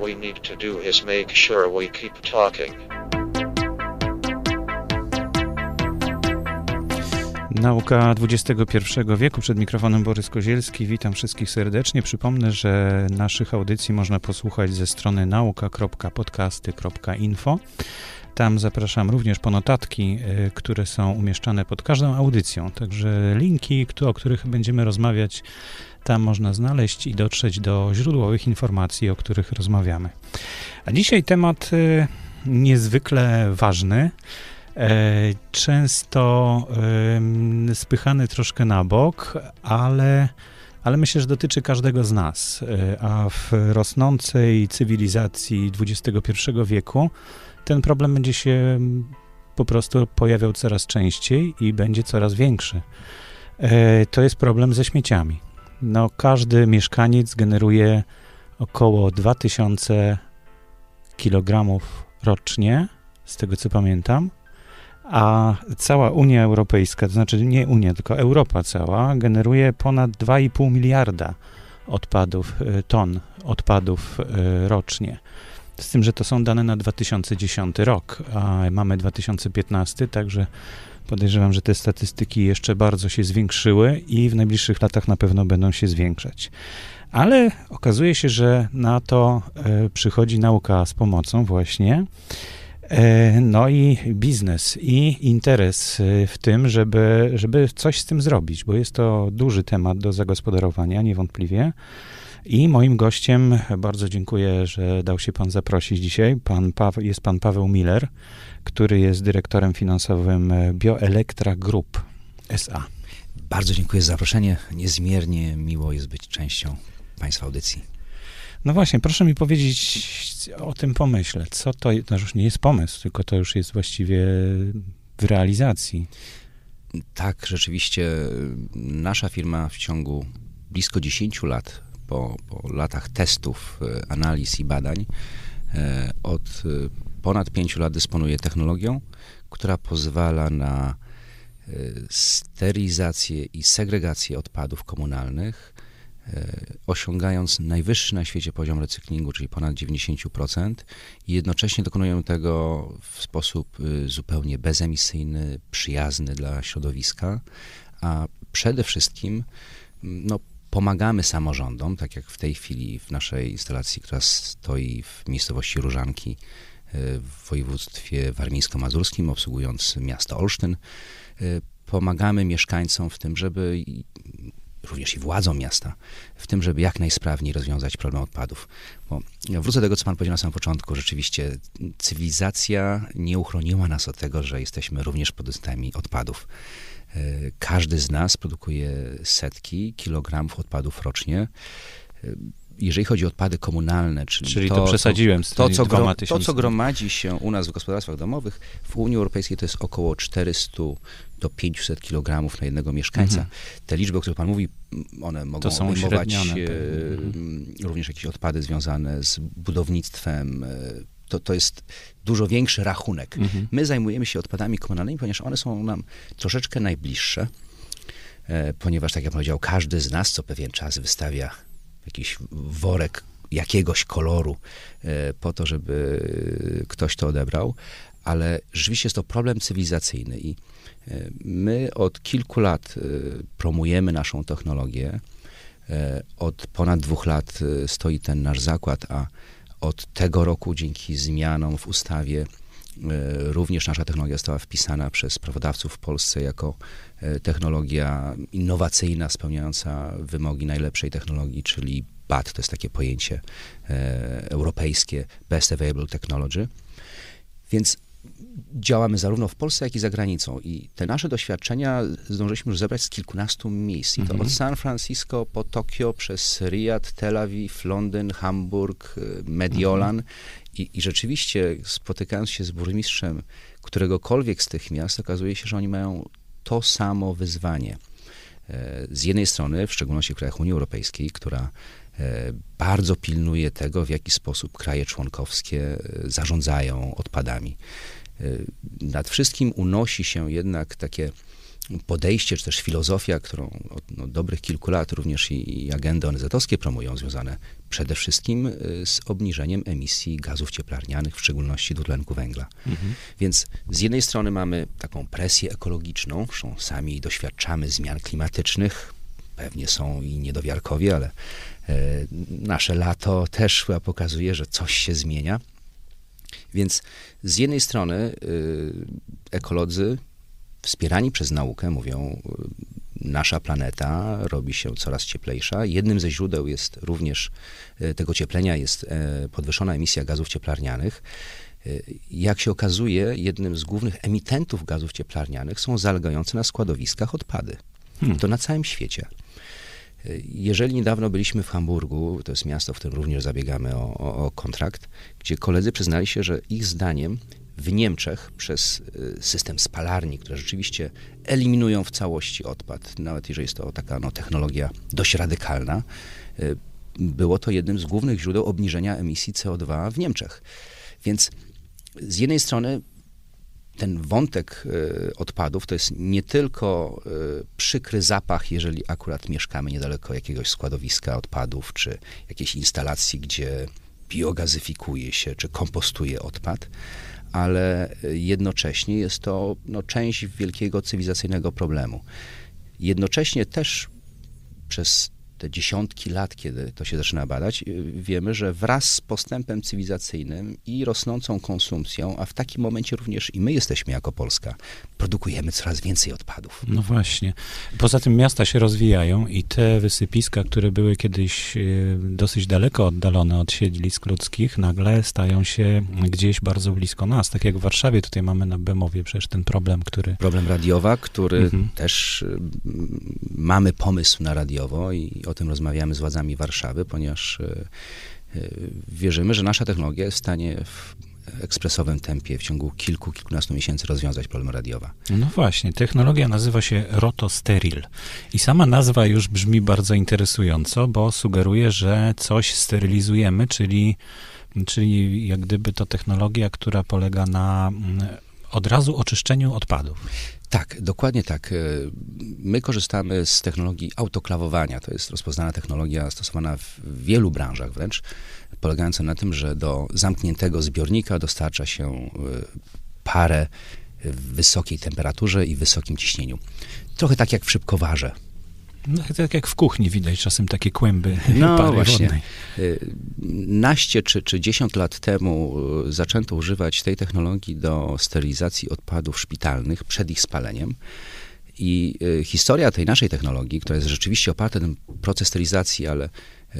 we need to do is make sure we keep talking. Nauka XXI wieku, przed mikrofonem Borys Kozielski. Witam wszystkich serdecznie. Przypomnę, że naszych audycji można posłuchać ze strony nauka.podcasty.info. Tam zapraszam również po notatki, które są umieszczane pod każdą audycją. Także linki, o których będziemy rozmawiać, tam można znaleźć i dotrzeć do źródłowych informacji, o których rozmawiamy. A dzisiaj temat niezwykle ważny, często spychany troszkę na bok, ale myślę, że dotyczy każdego z nas. A w rosnącej cywilizacji XXI wieku ten problem będzie się po prostu pojawiał coraz częściej i będzie coraz większy. To jest problem ze śmieciami. No, każdy mieszkaniec generuje około 2000 kg rocznie, z tego co pamiętam, a cała Unia Europejska, to znaczy nie Unia, tylko Europa cała, generuje ponad 2,5 miliarda ton odpadów rocznie. Z tym, że to są dane na 2010 rok, a mamy 2015, także podejrzewam, że te statystyki jeszcze bardzo się zwiększyły i w najbliższych latach na pewno będą się zwiększać. Ale okazuje się, że na to przychodzi nauka z pomocą właśnie, no i biznes i interes w tym, żeby coś z tym zrobić, bo jest to duży temat do zagospodarowania, niewątpliwie. I moim gościem, bardzo dziękuję, że dał się pan zaprosić dzisiaj, jest pan Paweł Miller, który jest dyrektorem finansowym Bioelektra Group S.A. Bardzo dziękuję za zaproszenie. Niezmiernie miło jest być częścią państwa audycji. No właśnie, proszę mi powiedzieć o tym pomyśle. Co to już nie jest pomysł, tylko to już jest właściwie w realizacji. Tak, rzeczywiście nasza firma w ciągu blisko 10 lat, po latach testów, analiz i badań, od ponad 5 lat dysponuje technologią, która pozwala na sterylizację i segregację odpadów komunalnych, osiągając najwyższy na świecie poziom recyklingu, czyli ponad 90%, i jednocześnie dokonujemy tego w sposób zupełnie bezemisyjny, przyjazny dla środowiska, a przede wszystkim pomagamy samorządom, tak jak w tej chwili w naszej instalacji, która stoi w miejscowości Różanki w województwie warmińsko-mazurskim, obsługując miasto Olsztyn. Pomagamy mieszkańcom w tym, żeby również i władzom miasta, w tym, żeby jak najsprawniej rozwiązać problem odpadów. Bo ja wrócę do tego, co pan powiedział na samym początku. Rzeczywiście cywilizacja nie uchroniła nas od tego, że jesteśmy również producentami odpadów. Każdy z nas produkuje setki kilogramów odpadów rocznie. Jeżeli chodzi o odpady komunalne, czyli to przesadziłem z tymi 2000. To, co gromadzi się u nas w gospodarstwach domowych, w Unii Europejskiej to jest około 400 do 500 kg na jednego mieszkańca. Te liczby, o których pan mówi, one mogą obejmować również jakieś odpady związane z budownictwem. To jest dużo większy rachunek. My zajmujemy się odpadami komunalnymi, ponieważ one są nam troszeczkę najbliższe, ponieważ, tak jak powiedział, każdy z nas co pewien czas wystawia jakiś worek jakiegoś koloru po to, żeby ktoś to odebrał, ale rzeczywiście jest to problem cywilizacyjny i my od kilku lat promujemy naszą technologię. Od ponad 2 lat stoi ten nasz zakład, a od tego roku dzięki zmianom w ustawie również nasza technologia została wpisana przez prawodawców w Polsce jako technologia innowacyjna, spełniająca wymogi najlepszej technologii, czyli BAT, to jest takie pojęcie europejskie, Best Available Technology. Więc działamy zarówno w Polsce, jak i za granicą. I te nasze doświadczenia zdążyliśmy już zebrać z kilkunastu miejsc. I to od San Francisco po Tokio, przez Riyad, Tel Awiw, Londyn, Hamburg, Mediolan. I rzeczywiście, spotykając się z burmistrzem któregokolwiek z tych miast, okazuje się, że oni mają to samo wyzwanie. Z jednej strony, w szczególności w krajach Unii Europejskiej, która bardzo pilnuje tego, w jaki sposób kraje członkowskie zarządzają odpadami. Nad wszystkim unosi się jednak takie podejście, czy też filozofia, którą od dobrych kilku lat również i agendy ONZ-owskie promują, związane przede wszystkim z obniżeniem emisji gazów cieplarnianych, w szczególności dwutlenku węgla. Więc z jednej strony mamy taką presję ekologiczną, zresztą sami doświadczamy zmian klimatycznych, pewnie są i niedowiarkowie, ale nasze lato też chyba pokazuje, że coś się zmienia. Więc z jednej strony ekolodzy wspierani przez naukę mówią, nasza planeta robi się coraz cieplejsza. Jednym ze źródeł jest również tego cieplenia jest podwyższona emisja gazów cieplarnianych. Jak się okazuje, jednym z głównych emitentów gazów cieplarnianych są zalegające na składowiskach odpady. To na całym świecie. Jeżeli niedawno byliśmy w Hamburgu, to jest miasto, w którym również zabiegamy o kontrakt, gdzie koledzy przyznali się, że ich zdaniem w Niemczech przez system spalarni, które rzeczywiście eliminują w całości odpad, nawet jeżeli jest to taka technologia dość radykalna, było to jednym z głównych źródeł obniżenia emisji CO2 w Niemczech. Więc z jednej strony ten wątek odpadów to jest nie tylko przykry zapach, jeżeli akurat mieszkamy niedaleko jakiegoś składowiska odpadów, czy jakiejś instalacji, gdzie biogazyfikuje się, czy kompostuje odpad, ale jednocześnie jest to część wielkiego cywilizacyjnego problemu. Jednocześnie też przez te dziesiątki lat, kiedy to się zaczyna badać, wiemy, że wraz z postępem cywilizacyjnym i rosnącą konsumpcją, a w takim momencie również i my jesteśmy jako Polska, produkujemy coraz więcej odpadów. No właśnie. Poza tym miasta się rozwijają i te wysypiska, które były kiedyś dosyć daleko oddalone od siedlisk ludzkich, nagle stają się gdzieś bardzo blisko nas. Tak jak w Warszawie, tutaj mamy na Bemowie przecież ten problem, który... Problem radiowa, który też mamy pomysł na radiowo i o tym rozmawiamy z władzami Warszawy, ponieważ wierzymy, że nasza technologia jest w stanie w ekspresowym tempie w ciągu kilkunastu miesięcy rozwiązać problem radiowa. No właśnie, technologia nazywa się rotosteril i sama nazwa już brzmi bardzo interesująco, bo sugeruje, że coś sterylizujemy, czyli jak gdyby to technologia, która polega na od razu oczyszczeniu odpadów. Tak, dokładnie tak. My korzystamy z technologii autoklawowania. To jest rozpoznana technologia stosowana w wielu branżach wręcz, polegająca na tym, że do zamkniętego zbiornika dostarcza się parę w wysokiej temperaturze i wysokim ciśnieniu. Trochę tak jak w szybkowarze. No, tak jak w kuchni widać czasem takie kłęby no, pary właśnie. wodnej. Naście czy 10 lat temu zaczęto używać tej technologii do sterylizacji odpadów szpitalnych przed ich spaleniem. I historia tej naszej technologii, która jest rzeczywiście oparta na ten proces sterylizacji, ale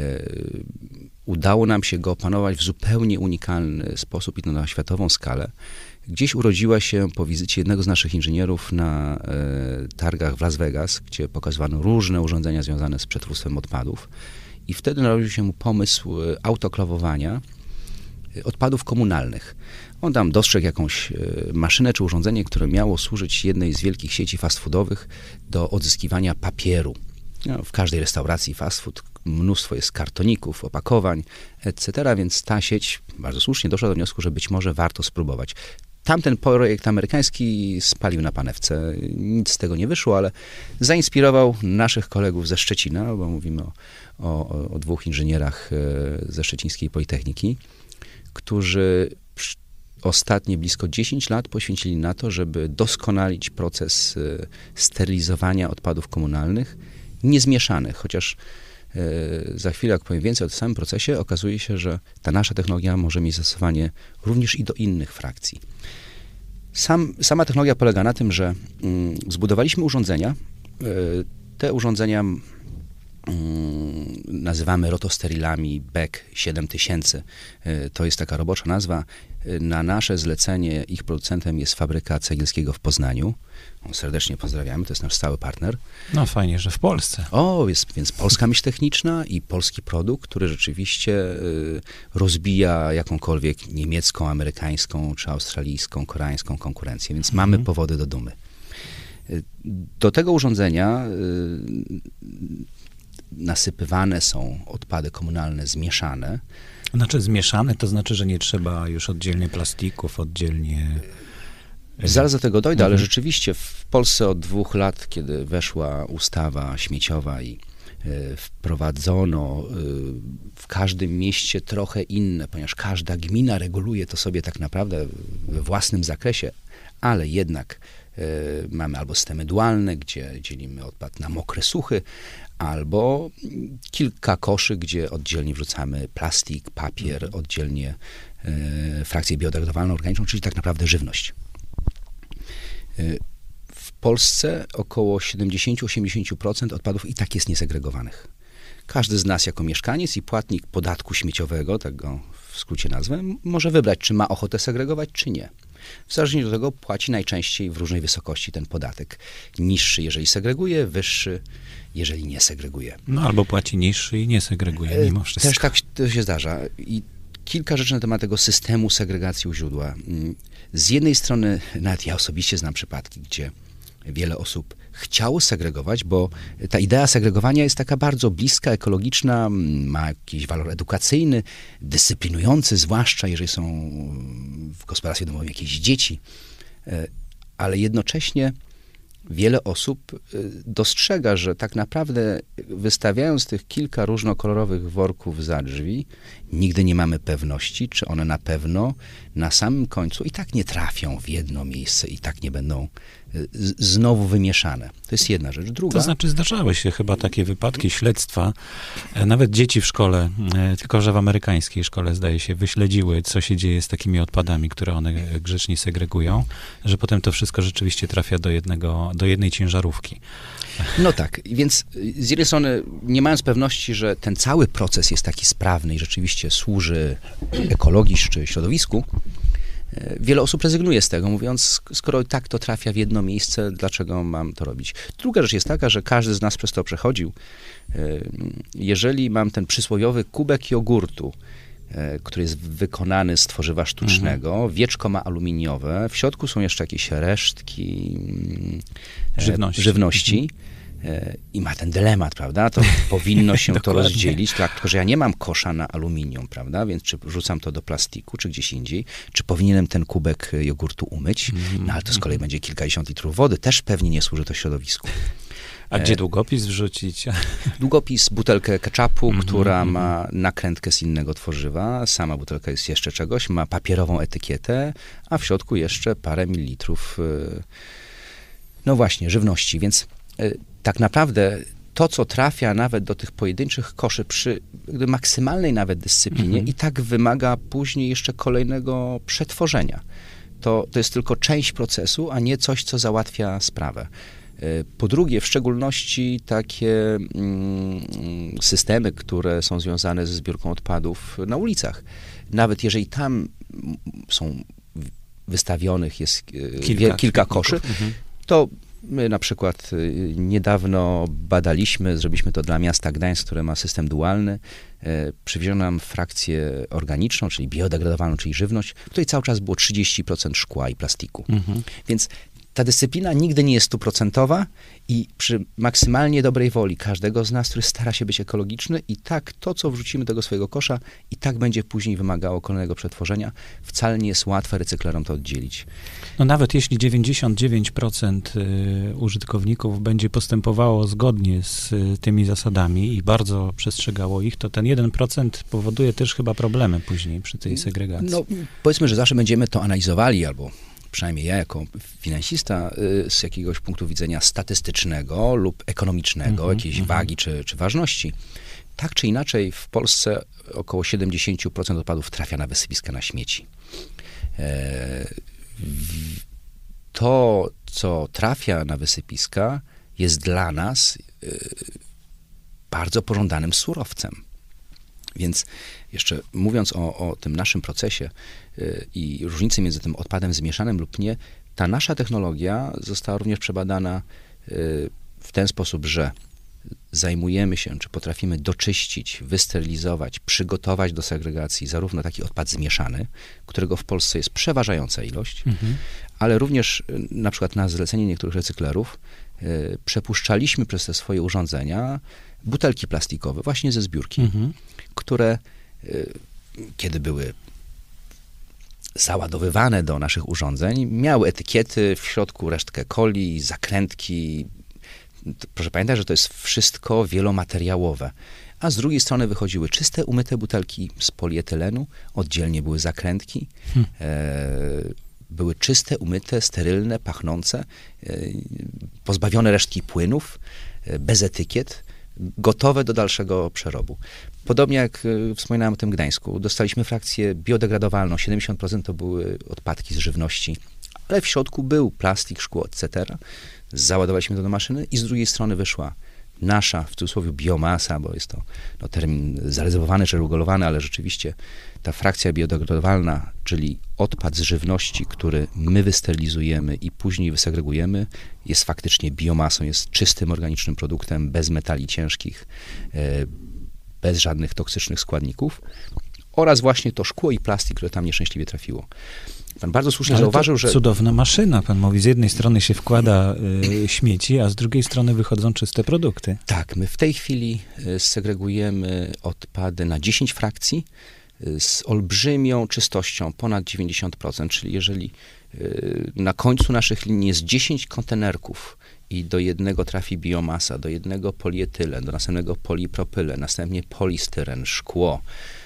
udało nam się go opanować w zupełnie unikalny sposób i to na światową skalę, gdzieś urodziła się po wizycie jednego z naszych inżynierów na targach w Las Vegas, gdzie pokazywano różne urządzenia związane z przetwórstwem odpadów. I wtedy narodził się mu pomysł autoklawowania odpadów komunalnych. On tam dostrzegł jakąś maszynę czy urządzenie, które miało służyć jednej z wielkich sieci fast foodowych do odzyskiwania papieru. No, w każdej restauracji fast food mnóstwo jest kartoników, opakowań, etc., więc ta sieć bardzo słusznie doszła do wniosku, że być może warto spróbować. Tamten projekt amerykański spalił na panewce. Nic z tego nie wyszło, ale zainspirował naszych kolegów ze Szczecina, bo mówimy o dwóch inżynierach ze Szczecińskiej Politechniki, którzy ostatnie blisko 10 lat poświęcili na to, żeby doskonalić proces sterylizowania odpadów komunalnych niezmieszanych, chociaż za chwilę, jak powiem więcej o tym samym procesie, okazuje się, że ta nasza technologia może mieć zastosowanie również i do innych frakcji. Sama technologia polega na tym, że zbudowaliśmy urządzenia. Te urządzenia nazywamy rotosterilami BEC 7000. To jest taka robocza nazwa. Na nasze zlecenie ich producentem jest fabryka Cegielskiego w Poznaniu. Serdecznie pozdrawiamy, to jest nasz stały partner. No fajnie, że w Polsce. Jest więc polska myśl techniczna i polski produkt, który rzeczywiście rozbija jakąkolwiek niemiecką, amerykańską, czy australijską, koreańską konkurencję, więc mamy powody do dumy. Do tego urządzenia nasypywane są odpady komunalne zmieszane. Znaczy zmieszane, to znaczy, że nie trzeba już oddzielnie plastików, oddzielnie Zaraz do tego dojdę, ale rzeczywiście w Polsce od 2 lat, kiedy weszła ustawa śmieciowa i wprowadzono w każdym mieście trochę inne, ponieważ każda gmina reguluje to sobie tak naprawdę we własnym zakresie, ale jednak mamy albo systemy dualne, gdzie dzielimy odpad na mokre, suchy, albo kilka koszy, gdzie oddzielnie wrzucamy plastik, papier, oddzielnie frakcję biodegradowalną, organiczną, czyli tak naprawdę żywność. W Polsce około 70-80% odpadów i tak jest niesegregowanych. Każdy z nas jako mieszkaniec i płatnik podatku śmieciowego, tak go w skrócie nazwę, może wybrać, czy ma ochotę segregować, czy nie. W zależności od tego płaci najczęściej w różnej wysokości ten podatek. Niższy, jeżeli segreguje, wyższy, jeżeli nie segreguje. No albo płaci niższy i nie segreguje mimo wszystko. Też tak to się zdarza. I kilka rzeczy na temat tego systemu segregacji u źródła. Z jednej strony, nawet ja osobiście znam przypadki, gdzie wiele osób chciało segregować, bo ta idea segregowania jest taka bardzo bliska, ekologiczna, ma jakiś walor edukacyjny, dyscyplinujący, zwłaszcza jeżeli są w gospodarstwie domowym jakieś dzieci, ale jednocześnie wiele osób dostrzega, że tak naprawdę wystawiając tych kilka różnokolorowych worków za drzwi, nigdy nie mamy pewności, czy one na pewno na samym końcu i tak nie trafią w jedno miejsce i tak nie będą znowu wymieszane. To jest jedna rzecz. Druga... To znaczy zdarzały się chyba takie wypadki, śledztwa. Nawet dzieci w szkole, tylko że w amerykańskiej szkole zdaje się, wyśledziły, co się dzieje z takimi odpadami, które one grzecznie segregują, że potem to wszystko rzeczywiście trafia do jednej ciężarówki. No tak, więc z jednej strony nie mając pewności, że ten cały proces jest taki sprawny i rzeczywiście służy ekologii czy środowisku, wiele osób rezygnuje z tego, mówiąc, skoro tak to trafia w jedno miejsce, dlaczego mam to robić? Druga rzecz jest taka, że każdy z nas przez to przechodził. Jeżeli mam ten przysłowiowy kubek jogurtu, który jest wykonany z tworzywa sztucznego, wieczko ma aluminiowe, w środku są jeszcze jakieś resztki żywności. I ma ten dylemat, prawda? To powinno się to rozdzielić, tak? Tylko że ja nie mam kosza na aluminium, prawda? Więc czy wrzucam to do plastiku, czy gdzieś indziej, czy powinienem ten kubek jogurtu umyć? No ale to z kolei będzie kilkadziesiąt litrów wody, też pewnie nie służy to środowisku. A gdzie długopis wrzucić? Długopis, butelkę ketchupu, która ma nakrętkę z innego tworzywa, sama butelka jest jeszcze czegoś, ma papierową etykietę, a w środku jeszcze parę mililitrów, no właśnie, żywności, więc tak naprawdę to, co trafia nawet do tych pojedynczych koszy przy maksymalnej nawet dyscyplinie i tak wymaga później jeszcze kolejnego przetworzenia. To jest tylko część procesu, a nie coś, co załatwia sprawę. Po drugie, w szczególności takie systemy, które są związane ze zbiórką odpadów na ulicach. Nawet jeżeli tam są wystawionych jest kilka koszy, to my na przykład niedawno badaliśmy, zrobiliśmy to dla miasta Gdańsk, które ma system dualny. Przywieziono nam frakcję organiczną, czyli biodegradowalną, czyli żywność, w której cały czas było 30% szkła i plastiku. Więc ta dyscyplina nigdy nie jest 100% i przy maksymalnie dobrej woli każdego z nas, który stara się być ekologiczny, i tak to, co wrzucimy do tego swojego kosza, i tak będzie później wymagało kolejnego przetworzenia. Wcale nie jest łatwe recyklerom to oddzielić. No nawet jeśli 99% użytkowników będzie postępowało zgodnie z tymi zasadami i bardzo przestrzegało ich, to ten 1% powoduje też chyba problemy później przy tej segregacji. No powiedzmy, że zawsze będziemy to analizowali, albo przynajmniej ja jako finansista z jakiegoś punktu widzenia statystycznego lub ekonomicznego, jakiejś wagi czy ważności. Tak czy inaczej w Polsce około 70% odpadów trafia na wysypiska na śmieci. To, co trafia na wysypiska, jest dla nas bardzo pożądanym surowcem. Więc jeszcze mówiąc o tym naszym procesie i różnicy między tym odpadem zmieszanym lub nie, ta nasza technologia została również przebadana w ten sposób, że zajmujemy się, czy potrafimy doczyścić, wysterylizować, przygotować do segregacji zarówno taki odpad zmieszany, którego w Polsce jest przeważająca ilość, ale również na przykład na zlecenie niektórych recyklerów przepuszczaliśmy przez te swoje urządzenia butelki plastikowe właśnie ze zbiórki, które kiedy były załadowywane do naszych urządzeń, miały etykiety, w środku resztkę coli, zakrętki. Proszę pamiętać, że to jest wszystko wielomateriałowe. A z drugiej strony wychodziły czyste, umyte butelki z polietylenu, oddzielnie były zakrętki, były czyste, umyte, sterylne, pachnące, pozbawione resztki płynów, bez etykiet, gotowe do dalszego przerobu. Podobnie jak wspominałem o tym Gdańsku, dostaliśmy frakcję biodegradowalną, 70% to były odpadki z żywności, ale w środku był plastik, szkło, etc. Załadowaliśmy to do maszyny i z drugiej strony wyszła nasza, w cudzysłowie, biomasa, bo jest to termin zarezerwowany czy regulowany, ale rzeczywiście ta frakcja biodegradowalna, czyli odpad z żywności, który my wysternizujemy i później wysegregujemy, jest faktycznie biomasą, jest czystym, organicznym produktem, bez metali ciężkich, bez żadnych toksycznych składników oraz właśnie to szkło i plastik, które tam nieszczęśliwie trafiło. Pan bardzo słusznie zauważył, że... Cudowna maszyna, pan mówi, z jednej strony się wkłada śmieci, a z drugiej strony wychodzą czyste produkty. Tak, my w tej chwili segregujemy odpady na 10 frakcji z olbrzymią czystością, ponad 90%, czyli jeżeli na końcu naszych linii jest 10 kontenerków i do jednego trafi biomasa, do jednego polietylen, do następnego polipropylen, następnie polistyren, szkło,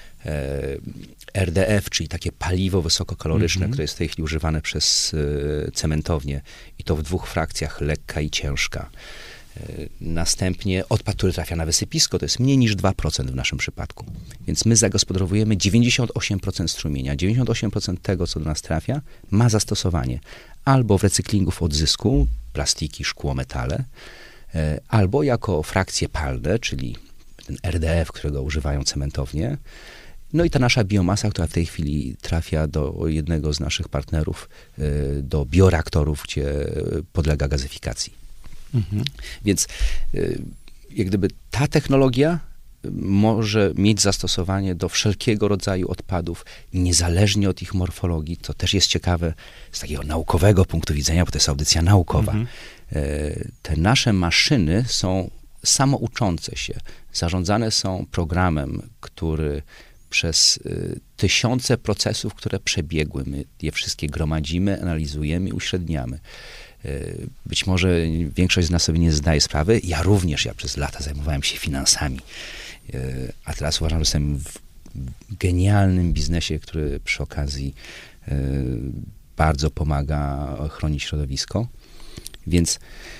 RDF, czyli takie paliwo wysokokaloryczne, które jest w tej chwili używane przez cementownie i to w 2 frakcjach, lekka i ciężka. Następnie odpad, który trafia na wysypisko, to jest mniej niż 2% w naszym przypadku. Więc my zagospodarowujemy 98% strumienia. 98% tego, co do nas trafia, ma zastosowanie albo w recyklingu w odzysku, plastiki, szkło, metale, albo jako frakcje palne, czyli ten RDF, którego używają cementownie. No i ta nasza biomasa, która w tej chwili trafia do jednego z naszych partnerów, do bioreaktorów, gdzie podlega gazyfikacji. Więc jak gdyby ta technologia może mieć zastosowanie do wszelkiego rodzaju odpadów, niezależnie od ich morfologii. To też jest ciekawe z takiego naukowego punktu widzenia, bo to jest audycja naukowa. Te nasze maszyny są samouczące się. Zarządzane są programem, który przez tysiące procesów, które przebiegły. My je wszystkie gromadzimy, analizujemy i uśredniamy. Być może większość z nas sobie nie zdaje sprawy. Ja również, ja przez lata zajmowałem się finansami. A teraz uważam, że jestem w genialnym biznesie, który przy okazji bardzo pomaga chronić środowisko. Więc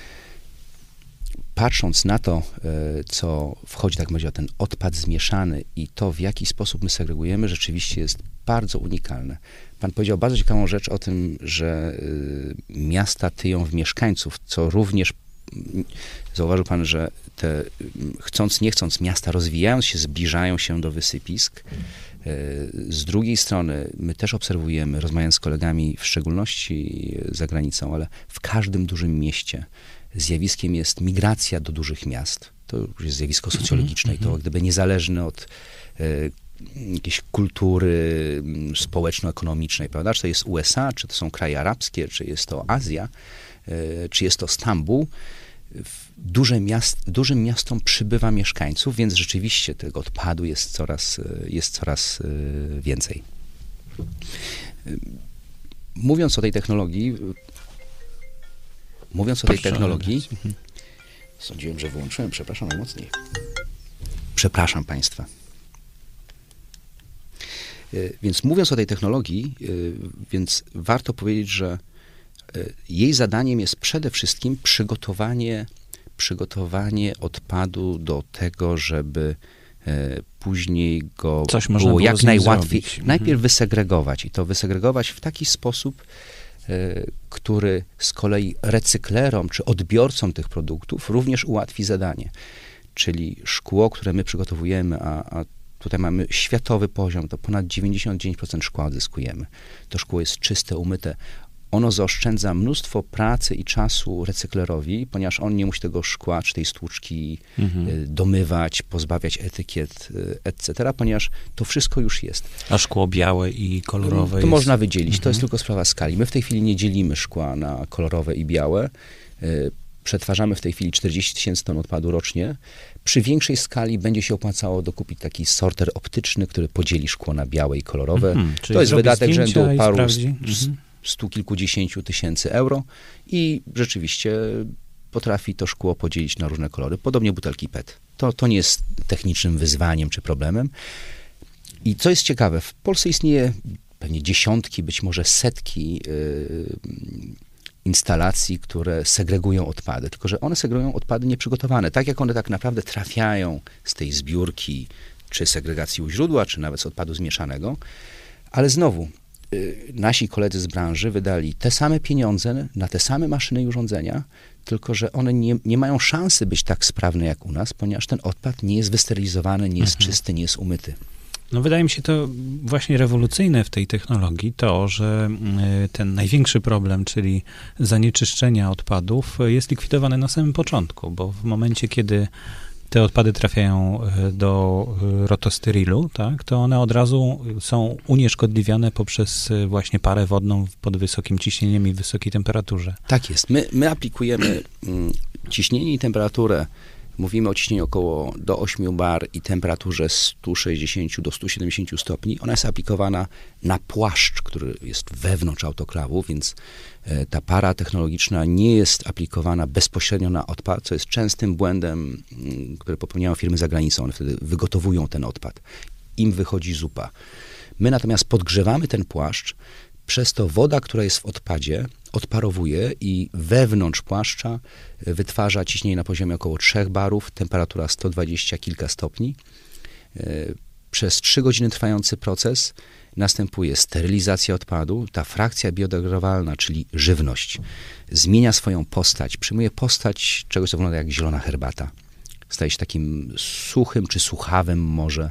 patrząc na to, co wchodzi, tak będzie, ten odpad zmieszany i to, w jaki sposób my segregujemy, rzeczywiście jest bardzo unikalne. Pan powiedział bardzo ciekawą rzecz o tym, że miasta tyją w mieszkańców, co również zauważył pan, że te, chcąc nie chcąc, miasta rozwijając się, zbliżają się do wysypisk. Z drugiej strony my też obserwujemy, rozmawiając z kolegami, w szczególności za granicą, ale w każdym dużym mieście zjawiskiem jest migracja do dużych miast. To już jest zjawisko socjologiczne i to gdyby niezależne od jakiejś kultury społeczno-ekonomicznej, prawda? Czy to jest USA, czy to są kraje arabskie, czy jest to Azja, czy jest to Stambuł. Dużym miastom przybywa mieszkańców, więc rzeczywiście tego odpadu jest coraz więcej. Mówiąc o tej technologii, sądziłem, że wyłączyłem, przepraszam najmocniej. Przepraszam Państwa. Więc mówiąc o tej technologii, więc warto powiedzieć, że jej zadaniem jest przede wszystkim przygotowanie odpadu do tego, żeby później go było jak najłatwiej, najpierw wysegregować i to wysegregować w taki sposób, który z kolei recyklerom czy odbiorcom tych produktów również ułatwi zadanie. Czyli szkło, które my przygotowujemy, a tutaj mamy światowy poziom, to ponad 99% szkła odzyskujemy. To szkło jest czyste, umyte. Ono zaoszczędza mnóstwo pracy i czasu recyklerowi, ponieważ on nie musi tego szkła czy tej stłuczki domywać, pozbawiać etykiet, etc., ponieważ to wszystko już jest. A szkło białe i kolorowe to można wydzielić. To jest tylko sprawa skali. My w tej chwili nie dzielimy szkła na kolorowe i białe. przetwarzamy w tej chwili 40 000 ton odpadu rocznie. Przy większej skali będzie się opłacało dokupić taki sorter optyczny, który podzieli szkło na białe i kolorowe. To jest wydatek rzędu paru stu kilkudziesięciu tysięcy euro i rzeczywiście potrafi to szkło podzielić na różne kolory. Podobnie butelki PET. To nie jest technicznym wyzwaniem czy problemem. I co jest ciekawe, w Polsce istnieje pewnie dziesiątki, być może setki instalacji, które segregują odpady, tylko że one segregują odpady nieprzygotowane. Tak jak one tak naprawdę trafiają z tej zbiórki, czy segregacji u źródła, czy nawet z odpadu zmieszanego, ale znowu nasi koledzy z branży wydali te same pieniądze na te same maszyny i urządzenia, tylko że one nie mają szansy być tak sprawne jak u nas, ponieważ ten odpad nie jest wysterylizowany, nie jest czysty, nie jest umyty. No wydaje mi się to właśnie rewolucyjne w tej technologii, to, że ten największy problem, czyli zanieczyszczenia odpadów, jest likwidowany na samym początku, bo w momencie, kiedy te odpady trafiają do rotostyrilu, tak, to one od razu są unieszkodliwiane poprzez właśnie parę wodną pod wysokim ciśnieniem i wysokiej temperaturze. Tak jest. My aplikujemy ciśnienie i temperaturę. Mówimy o ciśnieniu około do 8 bar i temperaturze 160 do 170 stopni. Ona jest aplikowana na płaszcz, który jest wewnątrz autoklawu, więc ta para technologiczna nie jest aplikowana bezpośrednio na odpad, co jest częstym błędem, który popełniają firmy za granicą. One wtedy wygotowują ten odpad. Im wychodzi zupa. My natomiast podgrzewamy ten płaszcz, przez to woda, która jest w odpadzie, odparowuje i wewnątrz płaszcza wytwarza ciśnienie na poziomie około 3 barów, temperatura 120 kilka stopni. Przez 3 godziny trwający proces następuje sterylizacja odpadu. Ta frakcja biodegradowalna, czyli żywność, zmienia swoją postać, przyjmuje postać czegoś, co wygląda jak zielona herbata. Staje się takim suchym czy suchawym może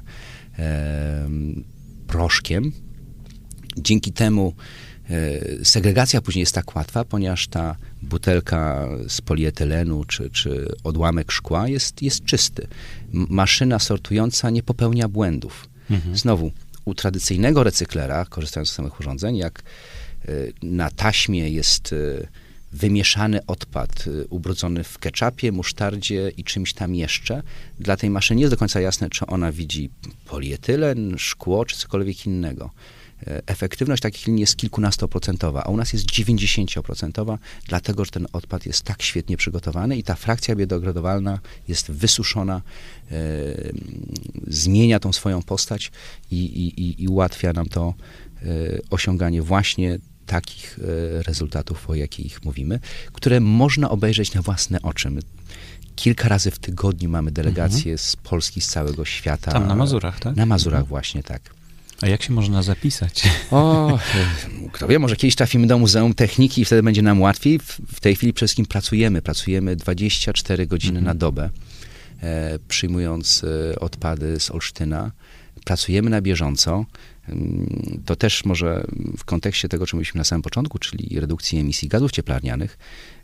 proszkiem. Dzięki temu segregacja później jest tak łatwa, ponieważ ta butelka z polietylenu czy odłamek szkła jest czysty. Maszyna sortująca nie popełnia błędów. Znowu, u tradycyjnego recyklera, korzystając z samych urządzeń, jak na taśmie jest wymieszany odpad ubrudzony w ketchupie, musztardzie i czymś tam jeszcze, dla tej maszyny nie jest do końca jasne, czy ona widzi polietylen, szkło, czy cokolwiek innego. Efektywność takich linii jest kilkunastoprocentowa, a u nas jest 90%, dlatego że ten odpad jest tak świetnie przygotowany i ta frakcja biodegradowalna jest wysuszona, zmienia tą swoją postać i ułatwia nam to osiąganie właśnie takich rezultatów, o jakich mówimy, które można obejrzeć na własne oczy. My kilka razy w tygodniu mamy delegacje z Polski, z całego świata. Tam na Mazurach, tak? Na Mazurach właśnie, tak. A jak się można zapisać? O, kto wie, może kiedyś trafimy do Muzeum Techniki i wtedy będzie nam łatwiej. W tej chwili przede wszystkim pracujemy 24 godziny na dobę, przyjmując odpady z Olsztyna. Pracujemy na bieżąco. To też może w kontekście tego, o czym mówiliśmy na samym początku, czyli redukcji emisji gazów cieplarnianych,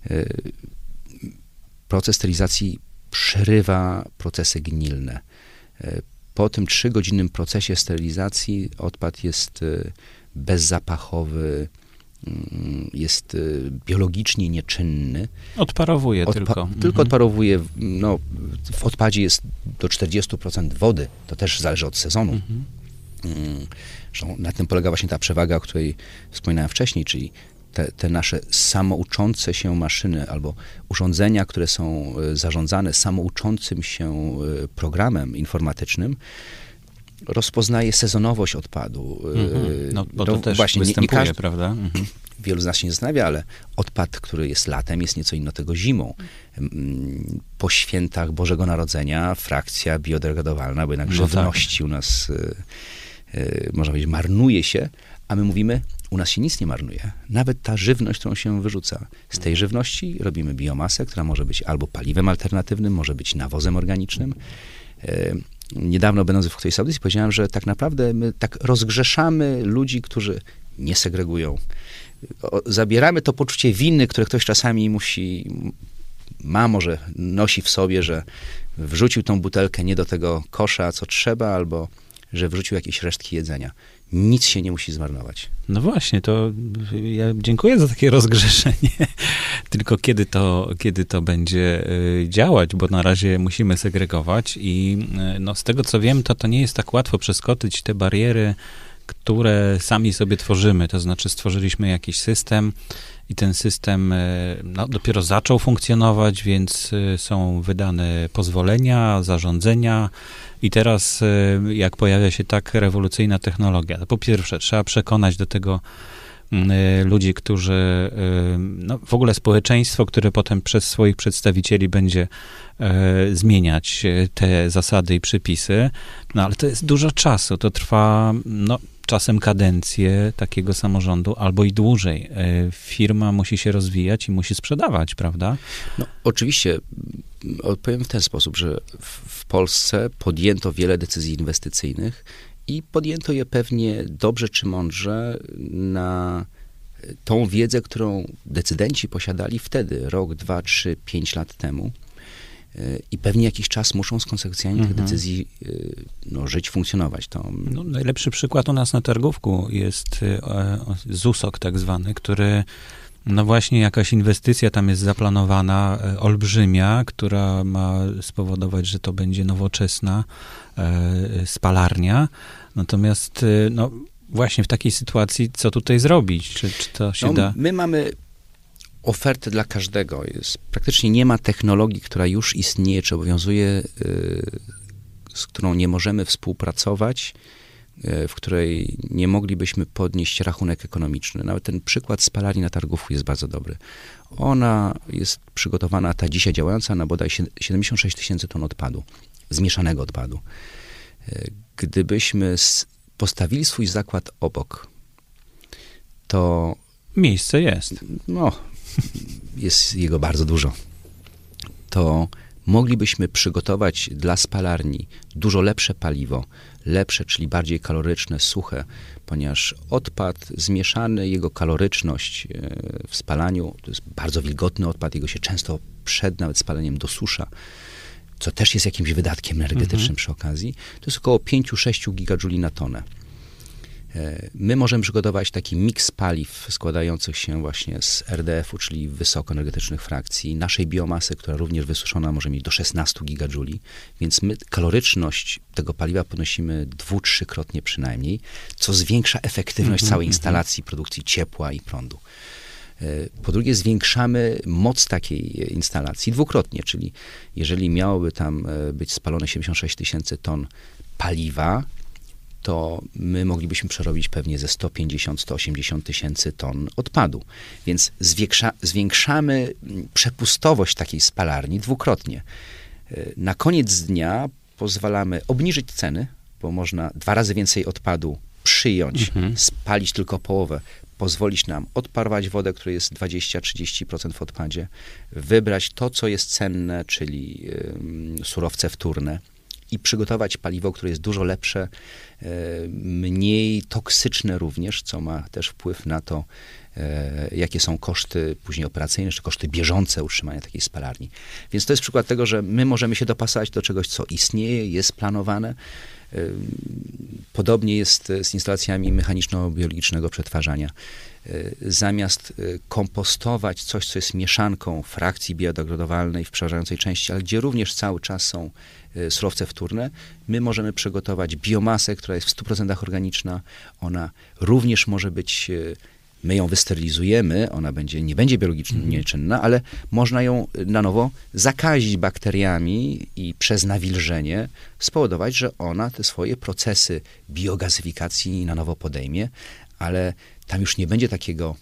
proces sterylizacji przerywa procesy gnilne. Po tym 3-godzinnym procesie sterylizacji odpad jest bezzapachowy, jest biologicznie nieczynny. Odparowuje tylko. Tylko odparowuje. No, w odpadzie jest do 40% wody. To też zależy od sezonu. Zresztą na tym polega właśnie ta przewaga, o której wspominałem wcześniej, czyli te nasze samouczące się maszyny albo urządzenia, które są zarządzane samouczącym się programem informatycznym, rozpoznaje sezonowość odpadu. No, bo to też właśnie występuje, każdy, prawda? Wielu z nas się nie zastanawia, ale odpad, który jest latem, jest nieco innego zimą. Po świętach Bożego Narodzenia frakcja biodegradowalna, bo jednak żywności u nas, można powiedzieć, marnuje się, a my mówimy, u nas się nic nie marnuje. Nawet ta żywność, którą się wyrzuca. Z tej żywności robimy biomasę, która może być albo paliwem alternatywnym, może być nawozem organicznym. Niedawno, będąc w którejś audycji, powiedziałem, że tak naprawdę my tak rozgrzeszamy ludzi, którzy nie segregują. Zabieramy to poczucie winy, które ktoś czasami może nosi w sobie, że wrzucił tą butelkę nie do tego kosza, co trzeba, albo że wrzucił jakieś resztki jedzenia. Nic się nie musi zmarnować. No właśnie, to ja dziękuję za takie rozgrzeszenie. Tylko kiedy to będzie działać, bo na razie musimy segregować i no, z tego co wiem, to nie jest tak łatwo przeskoczyć te bariery, które sami sobie tworzymy. To znaczy stworzyliśmy jakiś system i ten system no, dopiero zaczął funkcjonować, więc są wydane pozwolenia, zarządzenia i teraz jak pojawia się tak rewolucyjna technologia, to po pierwsze trzeba przekonać do tego ludzi, którzy, no w ogóle społeczeństwo, które potem przez swoich przedstawicieli będzie zmieniać te zasady i przepisy, no ale to jest dużo czasu, to trwa, no czasem kadencję takiego samorządu, albo i dłużej. Firma musi się rozwijać i musi sprzedawać, prawda? No, oczywiście, odpowiem w ten sposób, że w Polsce podjęto wiele decyzji inwestycyjnych i podjęto je pewnie dobrze czy mądrze na tą wiedzę, którą decydenci posiadali wtedy, rok, 2, 3, 5 lat temu. I pewnie jakiś czas muszą z konsekwencjami tych decyzji no, żyć, funkcjonować. To... No, najlepszy przykład u nas na Targówku jest ZUSOK tak zwany, który, no właśnie jakaś inwestycja tam jest zaplanowana, olbrzymia, która ma spowodować, że to będzie nowoczesna spalarnia. Natomiast, no właśnie w takiej sytuacji, co tutaj zrobić? Czy to się da? My mamy ofertę dla każdego. Praktycznie nie ma technologii, która już istnieje, czy obowiązuje, z którą nie możemy współpracować, w której nie moglibyśmy podnieść rachunek ekonomiczny. Nawet ten przykład spalarni na Targówku jest bardzo dobry. Ona jest przygotowana, ta dzisiaj działająca, na bodaj 76 000 ton odpadu, zmieszanego odpadu. Gdybyśmy postawili swój zakład obok, to... Miejsce jest. No, jest jego bardzo dużo. To moglibyśmy przygotować dla spalarni dużo lepsze paliwo, lepsze, czyli bardziej kaloryczne, suche, ponieważ odpad zmieszany, jego kaloryczność w spalaniu, to jest bardzo wilgotny odpad, jego się często przed nawet spaleniem dosusza, co też jest jakimś wydatkiem energetycznym przy okazji, to jest około 5-6 gigadżuli na tonę. My możemy przygotować taki miks paliw składających się właśnie z RDF-u, czyli wysokoenergetycznych frakcji, naszej biomasy, która również wysuszona może mieć do 16 gigadżuli, więc my kaloryczność tego paliwa podnosimy 2-3-krotnie przynajmniej, co zwiększa efektywność całej instalacji produkcji ciepła i prądu. Po drugie, zwiększamy moc takiej instalacji dwukrotnie, czyli jeżeli miałoby tam być spalone 76 000 ton paliwa, to my moglibyśmy przerobić pewnie ze 150-180 tysięcy ton odpadu. Więc zwiększamy przepustowość takiej spalarni dwukrotnie. Na koniec dnia pozwalamy obniżyć ceny, bo można 2 razy więcej odpadu przyjąć, spalić tylko połowę, pozwolić nam odparować wodę, która jest 20-30% w odpadzie, wybrać to, co jest cenne, czyli surowce wtórne, i przygotować paliwo, które jest dużo lepsze, mniej toksyczne również, co ma też wpływ na to, jakie są koszty później operacyjne, czy koszty bieżące utrzymania takiej spalarni. Więc to jest przykład tego, że my możemy się dopasować do czegoś, co istnieje, jest planowane. Podobnie jest z instalacjami mechaniczno-biologicznego przetwarzania. Zamiast kompostować coś, co jest mieszanką frakcji biodegradowalnej w przeważającej części, ale gdzie również cały czas są surowce wtórne, my możemy przygotować biomasę, która jest w 100% organiczna. Ona również może być, my ją wysterylizujemy, ona nie będzie biologicznie nieczynna, ale można ją na nowo zakazić bakteriami i przez nawilżenie spowodować, że ona te swoje procesy biogazyfikacji na nowo podejmie, ale tam już nie będzie takiego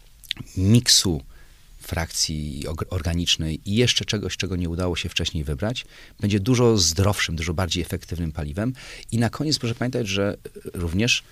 miksu frakcji organicznej i jeszcze czegoś, czego nie udało się wcześniej wybrać. Będzie dużo zdrowszym, dużo bardziej efektywnym paliwem. I na koniec proszę pamiętać, że również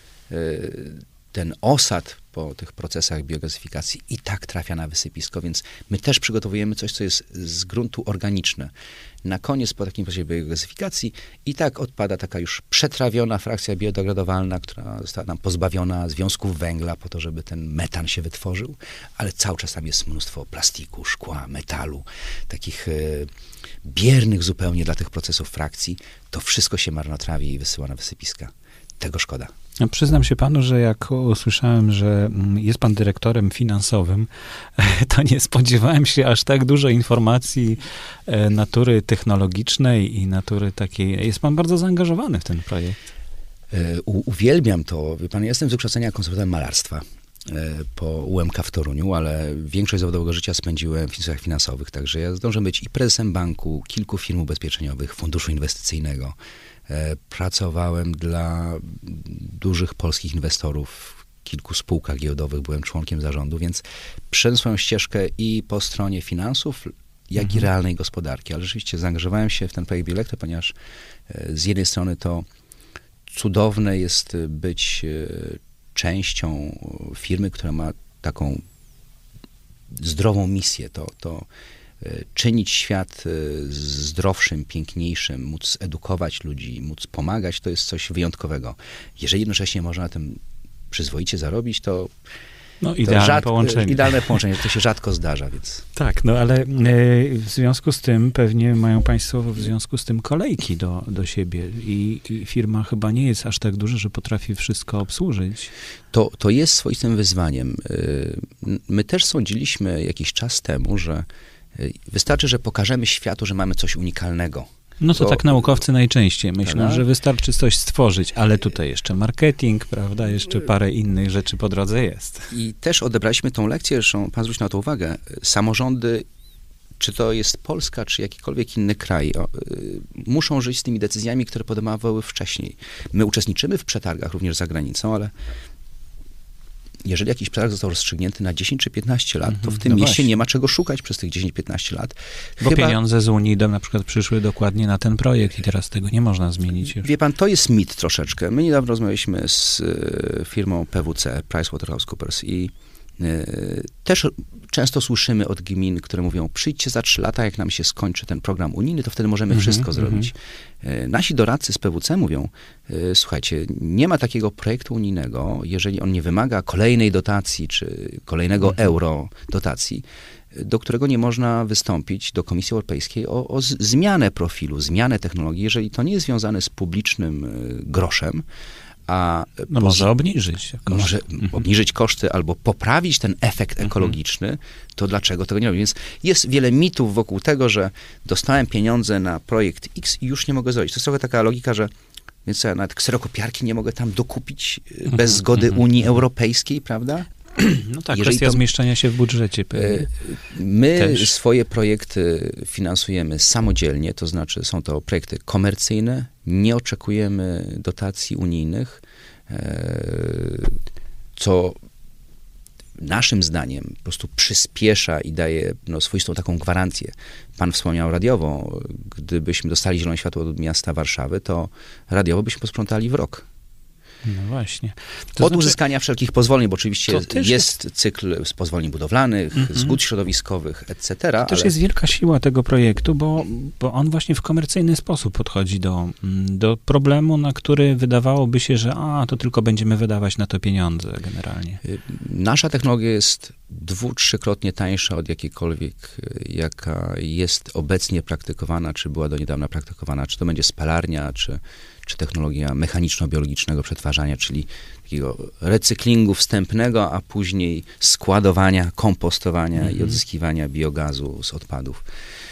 ten osad po tych procesach biogazyfikacji i tak trafia na wysypisko, więc my też przygotowujemy coś, co jest z gruntu organiczne. Na koniec po takim procesie biogazyfikacji i tak odpada taka już przetrawiona frakcja biodegradowalna, która została nam pozbawiona związków węgla po to, żeby ten metan się wytworzył, ale cały czas tam jest mnóstwo plastiku, szkła, metalu, takich biernych zupełnie dla tych procesów frakcji. To wszystko się marnotrawi i wysyła na wysypiska. tego szkoda. Ja przyznam się panu, że jak usłyszałem, że jest pan dyrektorem finansowym, to nie spodziewałem się aż tak dużo informacji natury technologicznej i natury takiej. Jest pan bardzo zaangażowany w ten projekt. Uwielbiam to. Wie pan, ja jestem z wykształcenia konserwatorem malarstwa po UMK w Toruniu, ale większość zawodowego życia spędziłem w instytucjach finansowych, także ja zdążę być i prezesem banku, kilku firm ubezpieczeniowych, funduszu inwestycyjnego. Pracowałem dla dużych polskich inwestorów w kilku spółkach giełdowych, byłem członkiem zarządu, więc przeszedłem swoją ścieżkę i po stronie finansów, jak i realnej gospodarki. Ale rzeczywiście zaangażowałem się w ten projekt Bielektra, ponieważ z jednej strony to cudowne jest być częścią firmy, która ma taką zdrową misję, to czynić świat zdrowszym, piękniejszym, móc edukować ludzi, móc pomagać, to jest coś wyjątkowego. Jeżeli jednocześnie można na tym przyzwoicie zarobić, to idealne połączenie. Idealne połączenie, to się rzadko zdarza, więc... Tak, ale w związku z tym pewnie mają państwo w związku z tym kolejki do siebie i firma chyba nie jest aż tak duża, że potrafi wszystko obsłużyć. To jest swoistym wyzwaniem. My też sądziliśmy jakiś czas temu, że wystarczy, że pokażemy światu, że mamy coś unikalnego. No to tak naukowcy najczęściej myślą, że wystarczy coś stworzyć, ale tutaj jeszcze marketing, prawda, jeszcze parę innych rzeczy po drodze jest. I też odebraliśmy tą lekcję, zresztą pan zwrócił na to uwagę, samorządy, czy to jest Polska, czy jakikolwiek inny kraj, muszą żyć z tymi decyzjami, które podejmowały wcześniej. My uczestniczymy w przetargach również za granicą, ale jeżeli jakiś przetarg został rozstrzygnięty na 10 czy 15 lat, to w tym mieście nie ma czego szukać przez tych 10-15 lat. Bo pieniądze z Unii na przykład przyszły dokładnie na ten projekt i teraz tego nie można zmienić już. Wie pan, to jest mit troszeczkę. My niedawno rozmawialiśmy z firmą PwC, PricewaterhouseCoopers i też często słyszymy od gmin, które mówią, przyjdźcie za 3 lata, jak nam się skończy ten program unijny, to wtedy możemy wszystko zrobić. Nasi doradcy z PwC mówią, słuchajcie, nie ma takiego projektu unijnego, jeżeli on nie wymaga kolejnej dotacji, czy kolejnego euro dotacji, do którego nie można wystąpić do Komisji Europejskiej o zmianę profilu, zmianę technologii, jeżeli to nie jest związane z publicznym groszem, może obniżyć. Może obniżyć koszty albo poprawić ten efekt ekologiczny, to dlaczego tego nie robić? Więc jest wiele mitów wokół tego, że dostałem pieniądze na projekt X i już nie mogę zrobić. To jest trochę taka logika, że więc ja nawet kserokopiarki nie mogę tam dokupić bez zgody Unii Europejskiej, prawda? No tak, kwestia zmieszczenia się w budżecie. My też swoje projekty finansujemy samodzielnie, to znaczy są to projekty komercyjne, nie oczekujemy dotacji unijnych, co naszym zdaniem po prostu przyspiesza i daje swoistą taką gwarancję. Pan wspomniał radiowo, gdybyśmy dostali zielone światło od miasta Warszawy, to radiowo byśmy posprzątali w rok. No właśnie. Od uzyskania wszelkich pozwoleń, bo oczywiście jest cykl z pozwoleń budowlanych, zgód środowiskowych, etc. To też jest wielka siła tego projektu, bo on właśnie w komercyjny sposób podchodzi do problemu, na który wydawałoby się, że to tylko będziemy wydawać na to pieniądze generalnie. Nasza technologia jest 2-3-krotnie tańsza od jakiejkolwiek, jaka jest obecnie praktykowana, czy była do niedawna praktykowana, czy to będzie spalarnia, czy technologia mechaniczno-biologicznego przetwarzania, czyli takiego recyklingu wstępnego, a później składowania, kompostowania i odzyskiwania biogazu z odpadów.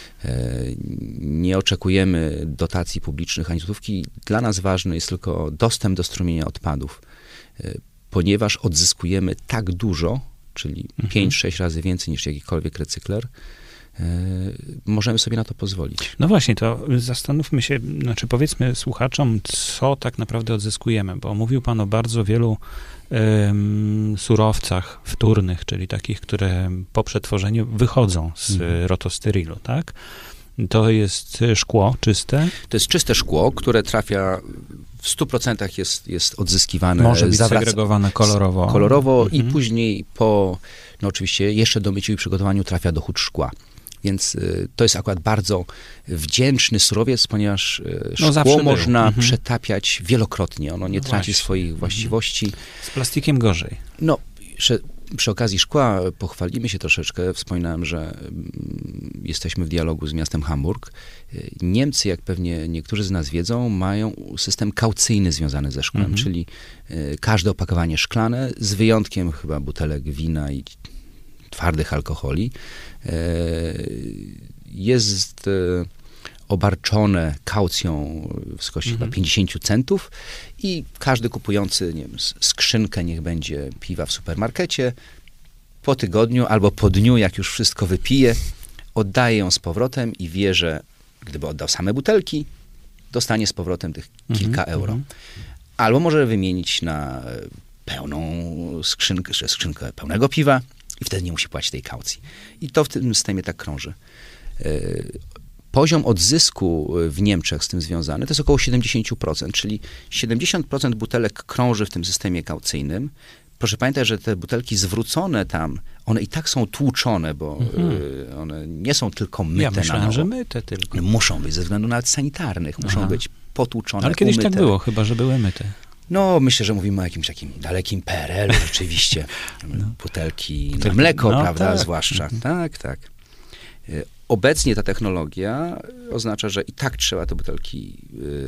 Nie oczekujemy dotacji publicznych ani złotówki. Dla nas ważny jest tylko dostęp do strumienia odpadów, ponieważ odzyskujemy tak dużo, czyli 5-6 razy więcej niż jakikolwiek recykler, możemy sobie na to pozwolić. No właśnie, to zastanówmy się, powiedzmy słuchaczom, co tak naprawdę odzyskujemy, bo mówił pan o bardzo wielu surowcach wtórnych, czyli takich, które po przetworzeniu wychodzą z rotostyrilu, tak? To jest szkło czyste? To jest czyste szkło, które trafia w 100% jest odzyskiwane. Może być segregowane kolorowo. Kolorowo i później po, oczywiście jeszcze do myciu i przygotowaniu trafia do hut szkła. Więc to jest akurat bardzo wdzięczny surowiec, ponieważ szkło można przetapiać wielokrotnie. Ono nie traci swoich właściwości. Z plastikiem gorzej. Przy okazji szkła pochwalimy się troszeczkę. Wspominałem, że jesteśmy w dialogu z miastem Hamburg. Niemcy, jak pewnie niektórzy z nas wiedzą, mają system kaucyjny związany ze szklem, czyli każde opakowanie szklane, z wyjątkiem chyba butelek wina i twardych alkoholi, jest obarczone kaucją w wysokości chyba 50 centów i każdy kupujący, nie wiem, skrzynkę niech będzie piwa w supermarkecie, po tygodniu albo po dniu, jak już wszystko wypije, oddaje ją z powrotem i wie, że gdyby oddał same butelki, dostanie z powrotem tych kilka euro. Albo może wymienić na pełną skrzynkę pełnego piwa i wtedy nie musi płacić tej kaucji. I to w tym systemie tak krąży. Poziom odzysku w Niemczech z tym związany to jest około 70%, czyli 70% butelek krąży w tym systemie kaucyjnym. Proszę pamiętać, że te butelki zwrócone tam, one i tak są tłuczone, bo one nie są tylko myte. Ja myślałem, że myte tylko. Muszą być ze względów nawet sanitarnych, muszą być potłuczone, ale kiedyś umyte. tak było, chyba że były myte. No, myślę, że mówimy o jakimś takim dalekim PRL-u rzeczywiście. Butelki na mleko, prawda, tak. Zwłaszcza. Tak. Obecnie ta technologia oznacza, że i tak trzeba te butelki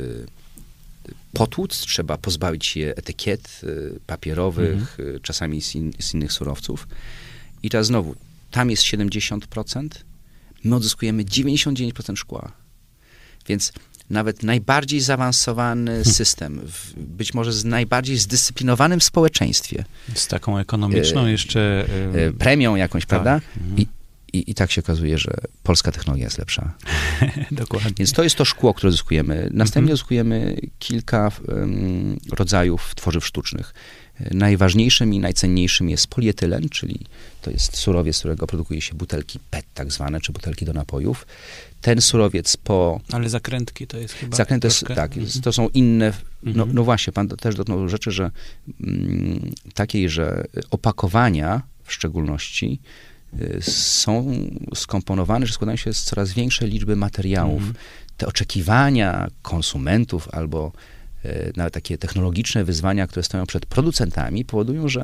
potłuc, trzeba pozbawić je etykiet papierowych, czasami z innych surowców. I teraz znowu, tam jest 70%, my odzyskujemy 99% szkła. Więc nawet najbardziej zaawansowany system, być może z najbardziej zdyscyplinowanym w społeczeństwie. Z taką ekonomiczną jeszcze... premią jakąś, prawda? I tak się okazuje, że polska technologia jest lepsza. Dokładnie. Więc to jest to szkło, które zyskujemy. Następnie zyskujemy kilka rodzajów tworzyw sztucznych. Najważniejszym i najcenniejszym jest polietylen, czyli to jest surowiec, z którego produkuje się butelki PET tak zwane, czy butelki do napojów. Ten surowiec Ale zakrętki to jest chyba... Zakręty, tak, to są inne... No właśnie, pan też dotknął rzeczy, że takiej, że opakowania w szczególności są skomponowane, że składają się z coraz większej liczby materiałów. Te oczekiwania konsumentów albo nawet takie technologiczne wyzwania, które stoją przed producentami, powodują, że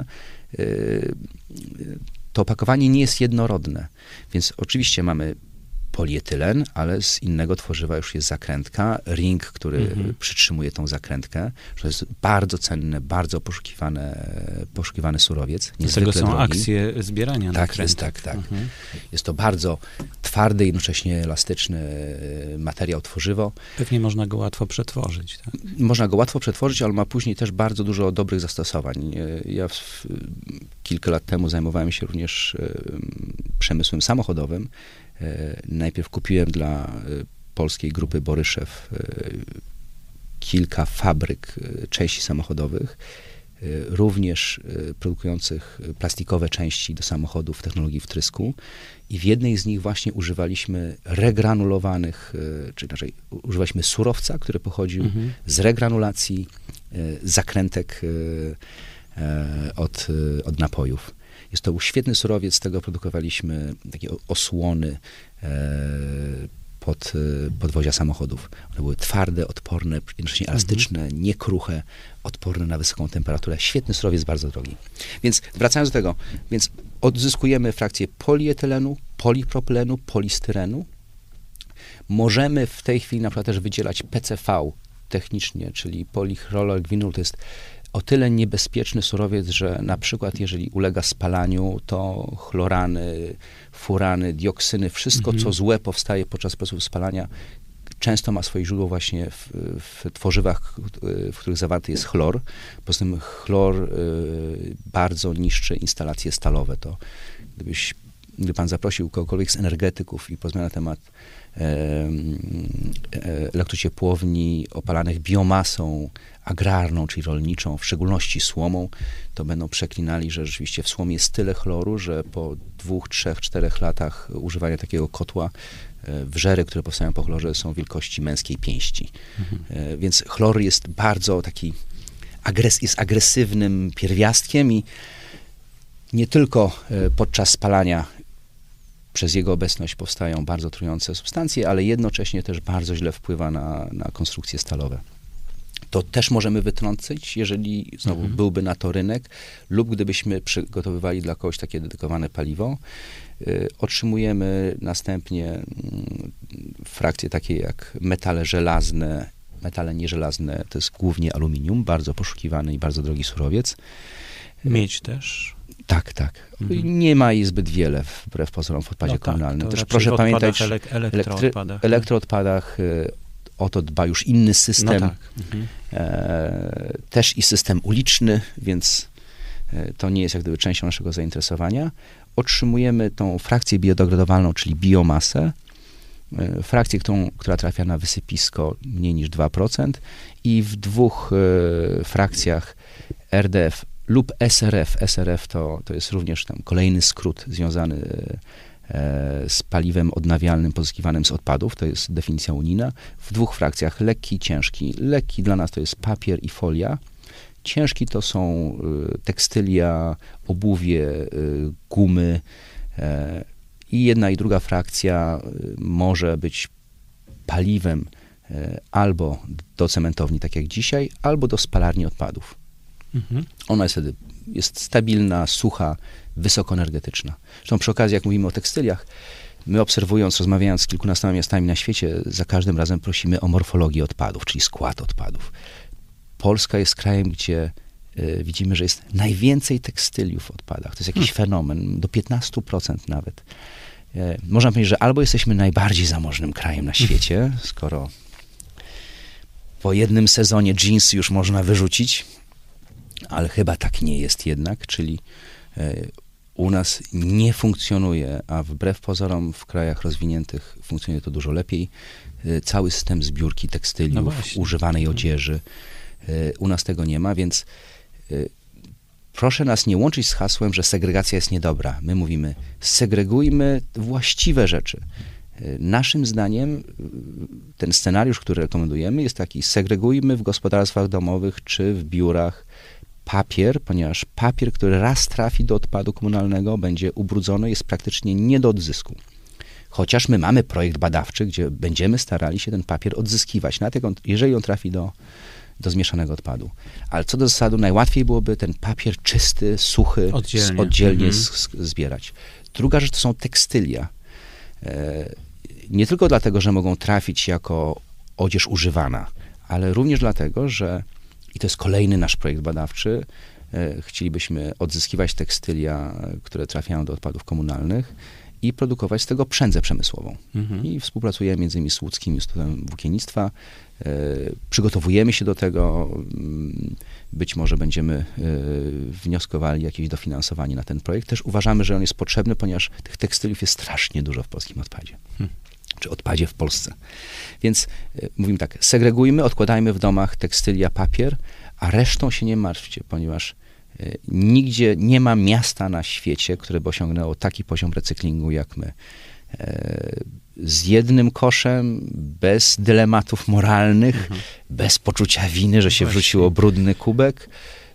to opakowanie nie jest jednorodne. Więc oczywiście mamy polietylen, ale z innego tworzywa już jest zakrętka, ring, który przytrzymuje tą zakrętkę. To jest bardzo cenny, bardzo poszukiwany surowiec. Do tego są drogi. Akcje zbierania nakrętek. Tak. Jest to bardzo twardy i jednocześnie elastyczny materiał, tworzywo. Pewnie można go łatwo przetworzyć. Tak? Można go łatwo przetworzyć, ale ma później też bardzo dużo dobrych zastosowań. Ja kilka lat temu zajmowałem się również przemysłem samochodowym. Najpierw kupiłem dla polskiej grupy Boryszew kilka fabryk części samochodowych, również produkujących plastikowe części do samochodów technologii wtrysku i w jednej z nich właśnie używaliśmy regranulowanych, czy inaczej używaliśmy surowca, który pochodził z regranulacji zakrętek od napojów. Jest to był świetny surowiec, z tego produkowaliśmy takie osłony pod podwozia samochodów. One były twarde, odporne, jednocześnie elastyczne, niekruche, odporne na wysoką temperaturę. Świetny surowiec, bardzo drogi. Więc wracając do tego, więc odzyskujemy frakcję polietylenu, polipropylenu, polistyrenu. Możemy w tej chwili na przykład też wydzielać PCV technicznie, czyli polichlorogwinol, to jest o tyle niebezpieczny surowiec, że na przykład jeżeli ulega spalaniu, to chlorany, furany, dioksyny, wszystko co złe powstaje podczas procesu spalania, często ma swoje źródło właśnie w tworzywach, w których zawarty jest chlor. Poza tym chlor bardzo niszczy instalacje stalowe. To gdyby pan zaprosił kogokolwiek z energetyków i porozmawiał na temat elektrociepłowni opalanych biomasą agrarną, czyli rolniczą, w szczególności słomą, to będą przeklinali, że rzeczywiście w słomie jest tyle chloru, że po 2, 3, 4 latach używania takiego kotła wrzery, które powstają po chlorze, są wielkości męskiej pięści. Więc chlor jest bardzo taki, jest agresywnym pierwiastkiem i nie tylko podczas spalania przez jego obecność powstają bardzo trujące substancje, ale jednocześnie też bardzo źle wpływa na konstrukcje stalowe. to też możemy wytrącić, jeżeli znowu byłby na to rynek, lub gdybyśmy przygotowywali dla kogoś takie dedykowane paliwo. Otrzymujemy następnie frakcje takie jak metale żelazne, metale nieżelazne, to jest głównie aluminium, bardzo poszukiwany i bardzo drogi surowiec. Miedź też. Tak. Nie ma jej zbyt wiele, wbrew pozorom, w odpadzie komunalnym. Też proszę pamiętać, elektroodpadach o to dba już inny system. Też i system uliczny, więc to nie jest jak gdyby częścią naszego zainteresowania. Otrzymujemy tą frakcję biodegradowalną, czyli biomasę, frakcję, która trafia na wysypisko mniej niż 2% i w 2 frakcjach RDF lub SRF. SRF to jest również tam kolejny skrót związany z paliwem odnawialnym pozyskiwanym z odpadów, to jest definicja unijna. W 2 frakcjach, lekki i ciężki. Lekki dla nas to jest papier i folia. Ciężki to są tekstylia, obuwie, gumy i jedna i druga frakcja może być paliwem albo do cementowni, tak jak dzisiaj, albo do spalarni odpadów. Ona jest wtedy stabilna, sucha, wysokoenergetyczna. Zresztą przy okazji, jak mówimy o tekstyliach, my obserwując, rozmawiając z kilkunastoma miastami na świecie, za każdym razem prosimy o morfologię odpadów, czyli skład odpadów. Polska jest krajem, gdzie widzimy, że jest najwięcej tekstyliów w odpadach. To jest jakiś fenomen, do 15% nawet. Można powiedzieć, że albo jesteśmy najbardziej zamożnym krajem na świecie, skoro po jednym sezonie dżinsy już można wyrzucić, ale chyba tak nie jest jednak, czyli u nas nie funkcjonuje, a wbrew pozorom w krajach rozwiniętych funkcjonuje to dużo lepiej, cały system zbiórki tekstyliów, używanej odzieży. U nas tego nie ma, więc proszę nas nie łączyć z hasłem, że segregacja jest niedobra. My mówimy, segregujmy właściwe rzeczy. Naszym zdaniem ten scenariusz, który rekomendujemy, jest taki: segregujmy w gospodarstwach domowych czy w biurach papier, ponieważ papier, który raz trafi do odpadu komunalnego, będzie ubrudzony, jest praktycznie nie do odzysku. Chociaż my mamy projekt badawczy, gdzie będziemy starali się ten papier odzyskiwać, nawet jeżeli on trafi do zmieszanego odpadu. Ale co do zasady, najłatwiej byłoby ten papier czysty, suchy, oddzielnie zbierać. Druga rzecz to są tekstylia. Nie tylko dlatego, że mogą trafić jako odzież używana, ale również dlatego, że, i to jest kolejny nasz projekt badawczy, chcielibyśmy odzyskiwać tekstylia, które trafiają do odpadów komunalnych i produkować z tego przędzę przemysłową. I współpracujemy między innymi z Łódzkim Instytutem Włókiennictwa. Przygotowujemy się do tego. Być może będziemy wnioskowali jakieś dofinansowanie na ten projekt. Też uważamy, że on jest potrzebny, ponieważ tych tekstyliów jest strasznie dużo w polskim odpadzie. Czy odpadzie w Polsce. Więc mówimy tak, segregujmy, odkładajmy w domach tekstylia, papier, a resztą się nie martwcie, ponieważ nigdzie nie ma miasta na świecie, które by osiągnęło taki poziom recyklingu jak my. Z jednym koszem, bez dylematów moralnych, bez poczucia winy, że się wrzuciło brudny kubek.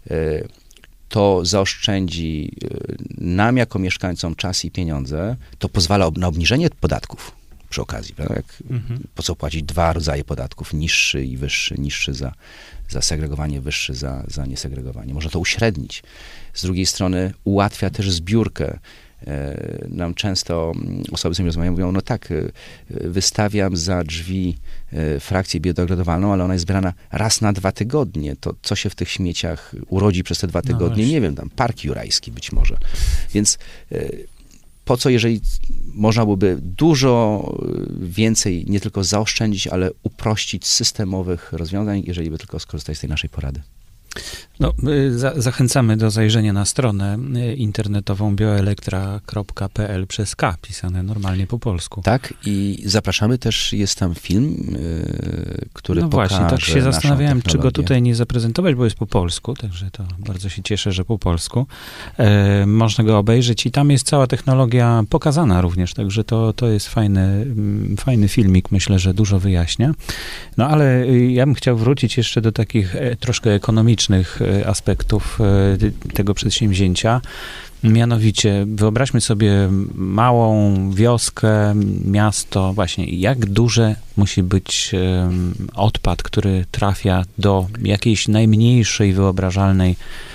To zaoszczędzi nam jako mieszkańcom czas i pieniądze. To pozwala na obniżenie podatków przy okazji. Po co płacić 2 rodzaje podatków, niższy i wyższy, niższy za segregowanie, wyższy za niesegregowanie. Można to uśrednić. Z drugiej strony ułatwia też zbiórkę. Nam często osoby, z którymi rozmawiają, mówią, no tak, wystawiam za drzwi frakcję biodegradowalną, ale ona jest zbierana raz na 2 tygodnie. To co się w tych śmieciach urodzi przez te 2 tygodnie? Nie wiem, tam park jurajski być może. Więc po co, jeżeli można byłoby dużo więcej nie tylko zaoszczędzić, ale uprościć systemowych rozwiązań, jeżeli by tylko skorzystać z tej naszej porady. No, zachęcamy do zajrzenia na stronę internetową bioelektra.pl przez K, pisane normalnie po polsku. Tak, i zapraszamy też, jest tam film, który pokaże właśnie, tak się zastanawiałem, czy go tutaj nie zaprezentować, bo jest po polsku, także to bardzo się cieszę, że po polsku. Można go obejrzeć i tam jest cała technologia pokazana również, także to jest fajny filmik, myślę, że dużo wyjaśnia. No ale ja bym chciał wrócić jeszcze do takich troszkę ekonomicznych technicznych aspektów tego przedsięwzięcia. Mianowicie, wyobraźmy sobie małą wioskę, miasto, właśnie jak duże musi być odpad, który trafia do jakiejś najmniejszej wyobrażalnej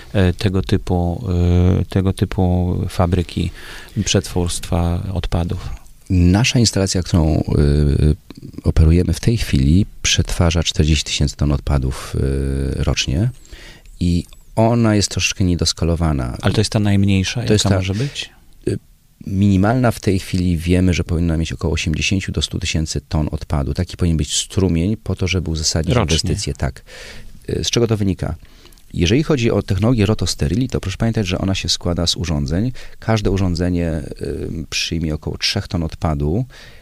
tego typu fabryki przetwórstwa odpadów. Nasza instalacja, którą operujemy w tej chwili, przetwarza 40 000 ton odpadów rocznie i ona jest troszeczkę niedoskalowana. Ale to jest ta najmniejsza, jaka może być? Minimalna w tej chwili wiemy, że powinna mieć około 80 do 100 tysięcy ton odpadu. Taki powinien być strumień po to, żeby uzasadnić inwestycje. Tak. Z czego to wynika? Jeżeli chodzi o technologię rotosteryli, to proszę pamiętać, że ona się składa z urządzeń. Każde urządzenie przyjmie około 3 ton odpadu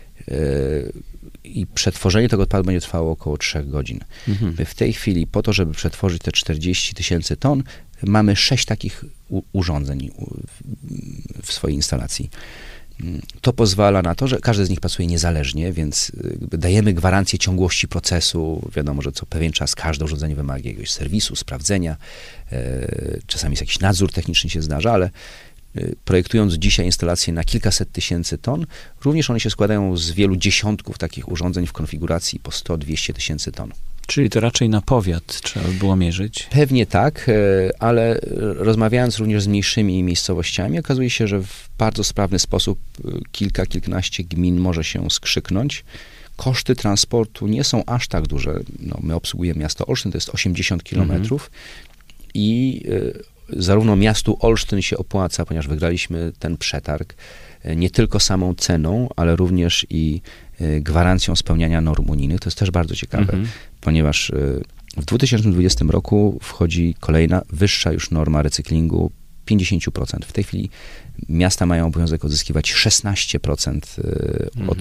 i przetworzenie tego odpadu będzie trwało około 3 godzin. My w tej chwili, po to, żeby przetworzyć te 40 000 ton, mamy 6 takich urządzeń w swojej instalacji. To pozwala na to, że każdy z nich pracuje niezależnie, więc dajemy gwarancję ciągłości procesu. Wiadomo, że co pewien czas każde urządzenie wymaga jakiegoś serwisu, sprawdzenia. Czasami jest jakiś nadzór techniczny się zdarza, ale projektując dzisiaj instalacje na kilkaset tysięcy ton, również one się składają z wielu dziesiątków takich urządzeń w konfiguracji po 100-200 tysięcy ton. Czyli to raczej na powiat trzeba by było mierzyć? Pewnie tak, ale rozmawiając również z mniejszymi miejscowościami, okazuje się, że w bardzo sprawny sposób kilkanaście gmin może się skrzyknąć. Koszty transportu nie są aż tak duże. No, my obsługujemy miasto Olsztyn, to jest 80 kilometrów i zarówno miastu Olsztyn się opłaca, ponieważ wygraliśmy ten przetarg, nie tylko samą ceną, ale również i gwarancją spełniania norm unijnych. To jest też bardzo ciekawe, ponieważ w 2020 roku wchodzi kolejna, wyższa już norma recyklingu 50%. W tej chwili miasta mają obowiązek odzyskiwać 16% od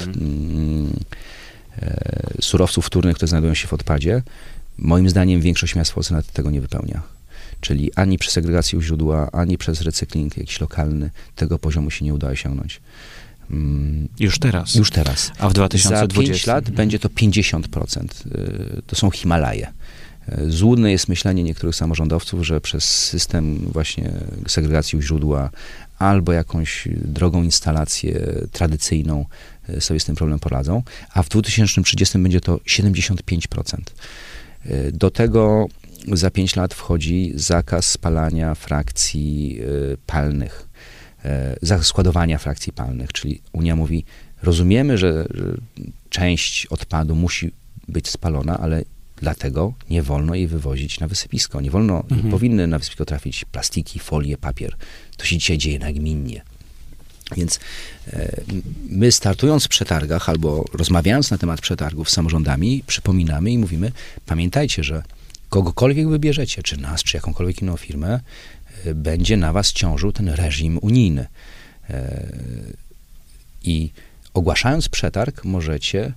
surowców wtórnych, które znajdują się w odpadzie. Moim zdaniem większość miast w Polsce nawet tego nie wypełnia. Czyli ani przez segregację u źródła, ani przez recykling jakiś lokalny tego poziomu się nie uda osiągnąć. Już teraz? Już teraz. A w 2020? Za 5 lat będzie to 50%. To są Himalaje. Złudne jest myślenie niektórych samorządowców, że przez system właśnie segregacji u źródła albo jakąś drogą instalację tradycyjną sobie z tym problemem poradzą, a w 2030 będzie to 75%. Do tego za 5 lat wchodzi zakaz spalania frakcji palnych, zakaz składowania frakcji palnych, czyli Unia mówi, rozumiemy, że część odpadu musi być spalona, ale dlatego nie wolno jej wywozić na wysypisko. Nie wolno, nie powinny na wysypisko trafić plastiki, folie, papier. To się dzisiaj dzieje nagminnie. Więc my startując w przetargach albo rozmawiając na temat przetargów z samorządami, przypominamy i mówimy, pamiętajcie, że kogokolwiek wybierzecie, czy nas, czy jakąkolwiek inną firmę, będzie na was ciążył ten reżim unijny. I ogłaszając przetarg, możecie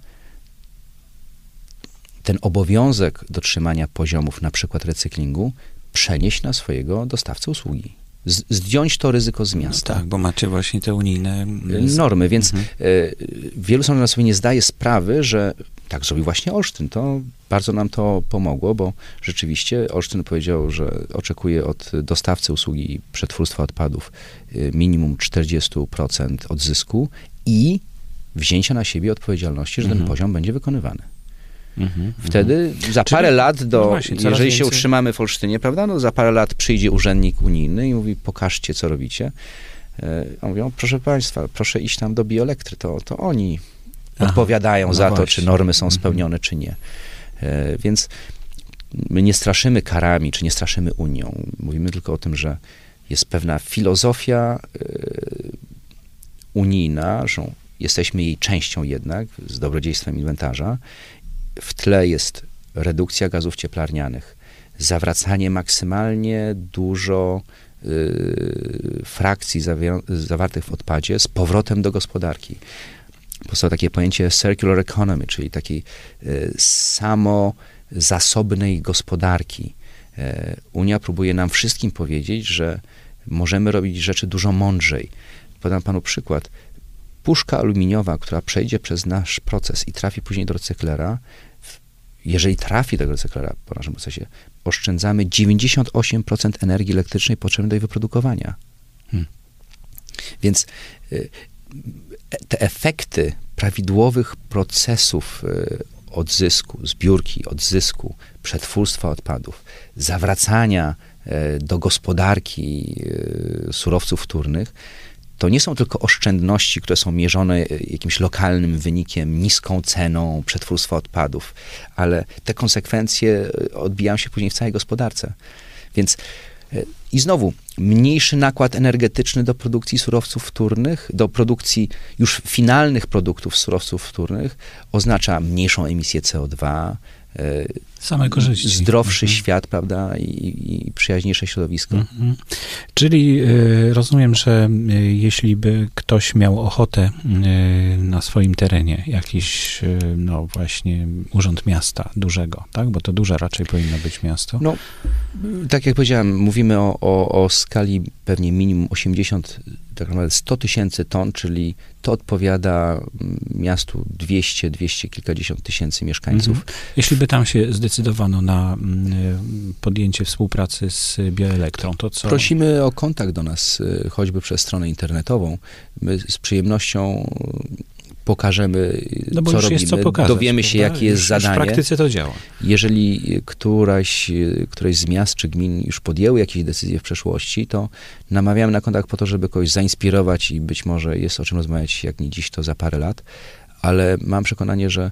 ten obowiązek dotrzymania poziomów, na przykład recyklingu, przenieść na swojego dostawcę usługi. Zdjąć to ryzyko z miasta. No tak, bo macie właśnie te unijne normy, więc wielu samorządów sobie nie zdaje sprawy, że tak zrobił właśnie Olsztyn. To bardzo nam to pomogło, bo rzeczywiście Olsztyn powiedział, że oczekuje od dostawcy usługi przetwórstwa odpadów minimum 40% odzysku i wzięcia na siebie odpowiedzialności, że ten poziom będzie wykonywany. Wtedy za parę lat, jeżeli się utrzymamy w Olsztynie, prawda, no za parę lat przyjdzie urzędnik unijny i mówi, pokażcie, co robicie. A mówią, proszę państwa, proszę iść tam do Bioelektry, to oni odpowiadają za to, czy normy są spełnione, czy nie. Więc my nie straszymy karami, czy nie straszymy Unią. Mówimy tylko o tym, że jest pewna filozofia unijna, że jesteśmy jej częścią jednak, z dobrodziejstwem inwentarza. W tle jest redukcja gazów cieplarnianych, zawracanie maksymalnie dużo frakcji zawartych w odpadzie z powrotem do gospodarki. Powstało takie pojęcie circular economy, czyli takiej samozasobnej gospodarki. Unia próbuje nam wszystkim powiedzieć, że możemy robić rzeczy dużo mądrzej. Podam panu przykład. Puszka aluminiowa, która przejdzie przez nasz proces i trafi później do recyklera, jeżeli trafi do recyklera po naszym procesie, oszczędzamy 98% energii elektrycznej potrzebnej do jej wyprodukowania. Więc te efekty prawidłowych procesów odzysku, zbiórki, odzysku, przetwórstwa odpadów, zawracania do gospodarki surowców wtórnych, to nie są tylko oszczędności, które są mierzone jakimś lokalnym wynikiem, niską ceną przetwórstwa odpadów, ale te konsekwencje odbijają się później w całej gospodarce. Więc i znowu, mniejszy nakład energetyczny do produkcji surowców wtórnych, do produkcji już finalnych produktów z surowców wtórnych oznacza mniejszą emisję CO2, same korzyści. Zdrowszy świat, prawda, i przyjaźniejsze środowisko. Czyli rozumiem, że jeśli by ktoś miał ochotę na swoim terenie, jakiś, no właśnie, urząd miasta dużego, tak? Bo to duże raczej powinno być miasto. No, tak jak powiedziałem, mówimy o skali pewnie minimum 80, tak naprawdę 100 tysięcy ton, czyli to odpowiada miastu 200 kilkadziesiąt tysięcy mieszkańców. Jeśli by tam się zdecydowano na podjęcie współpracy z Bioelektrą, to co? Prosimy o kontakt do nas, choćby przez stronę internetową. My z przyjemnością pokażemy, co robimy, dowiemy się, jakie jest zadanie. W praktyce to działa. Jeżeli któraś z miast czy gmin już podjęły jakieś decyzje w przeszłości, to namawiamy na kontakt po to, żeby kogoś zainspirować i być może jest o czym rozmawiać, jak nie dziś, to za parę lat. Ale mam przekonanie, że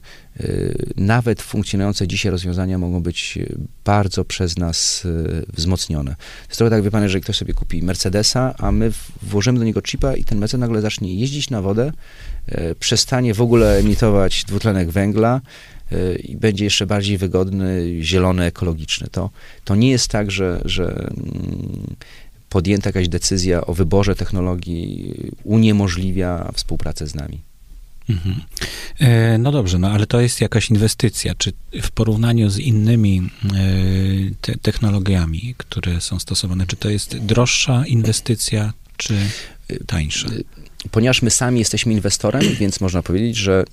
nawet funkcjonujące dzisiaj rozwiązania mogą być bardzo przez nas wzmocnione. To jest trochę tak, wie pan, że ktoś sobie kupi Mercedesa, a my włożymy do niego chipa i ten Mercedes nagle zacznie jeździć na wodę, przestanie w ogóle emitować dwutlenek węgla i będzie jeszcze bardziej wygodny, zielony, ekologiczny. To nie jest tak, że podjęta jakaś decyzja o wyborze technologii uniemożliwia współpracę z nami. No dobrze, no ale to jest jakaś inwestycja. Czy w porównaniu z innymi technologiami, które są stosowane, czy to jest droższa inwestycja, czy tańsza? Ponieważ my sami jesteśmy inwestorem, więc można powiedzieć, że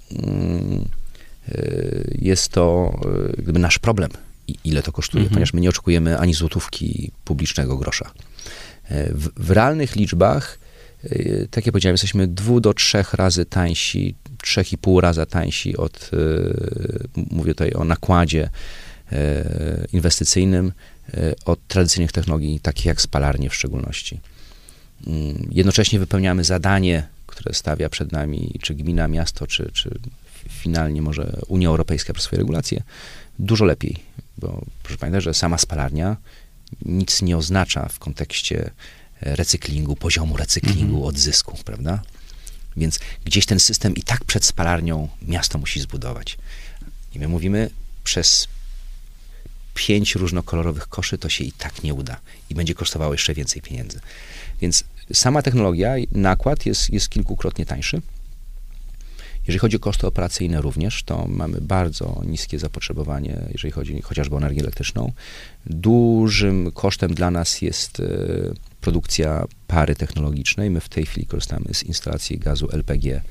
jest to jakby nasz problem, ile to kosztuje, ponieważ my nie oczekujemy ani złotówki publicznego grosza. W realnych liczbach, tak jak powiedziałem, jesteśmy 2 do 3 razy tańsi, 3,5 raza tańsi mówię tutaj o nakładzie inwestycyjnym, od tradycyjnych technologii, takich jak spalarnie w szczególności. Jednocześnie wypełniamy zadanie, które stawia przed nami czy gmina, miasto, czy finalnie może Unia Europejska przez swoje regulacje, dużo lepiej, bo proszę pamiętać, że sama spalarnia nic nie oznacza w kontekście recyklingu, poziomu recyklingu, odzysku, prawda? Więc gdzieś ten system i tak przed spalarnią miasto musi zbudować. I my mówimy, przez 5 różnokolorowych koszy to się i tak nie uda i będzie kosztowało jeszcze więcej pieniędzy. Więc sama technologia, nakład jest kilkukrotnie tańszy. Jeżeli chodzi o koszty operacyjne również, to mamy bardzo niskie zapotrzebowanie, jeżeli chodzi chociażby o energię elektryczną. Dużym kosztem dla nas jest produkcja pary technologicznej. My w tej chwili korzystamy z instalacji gazu LPG,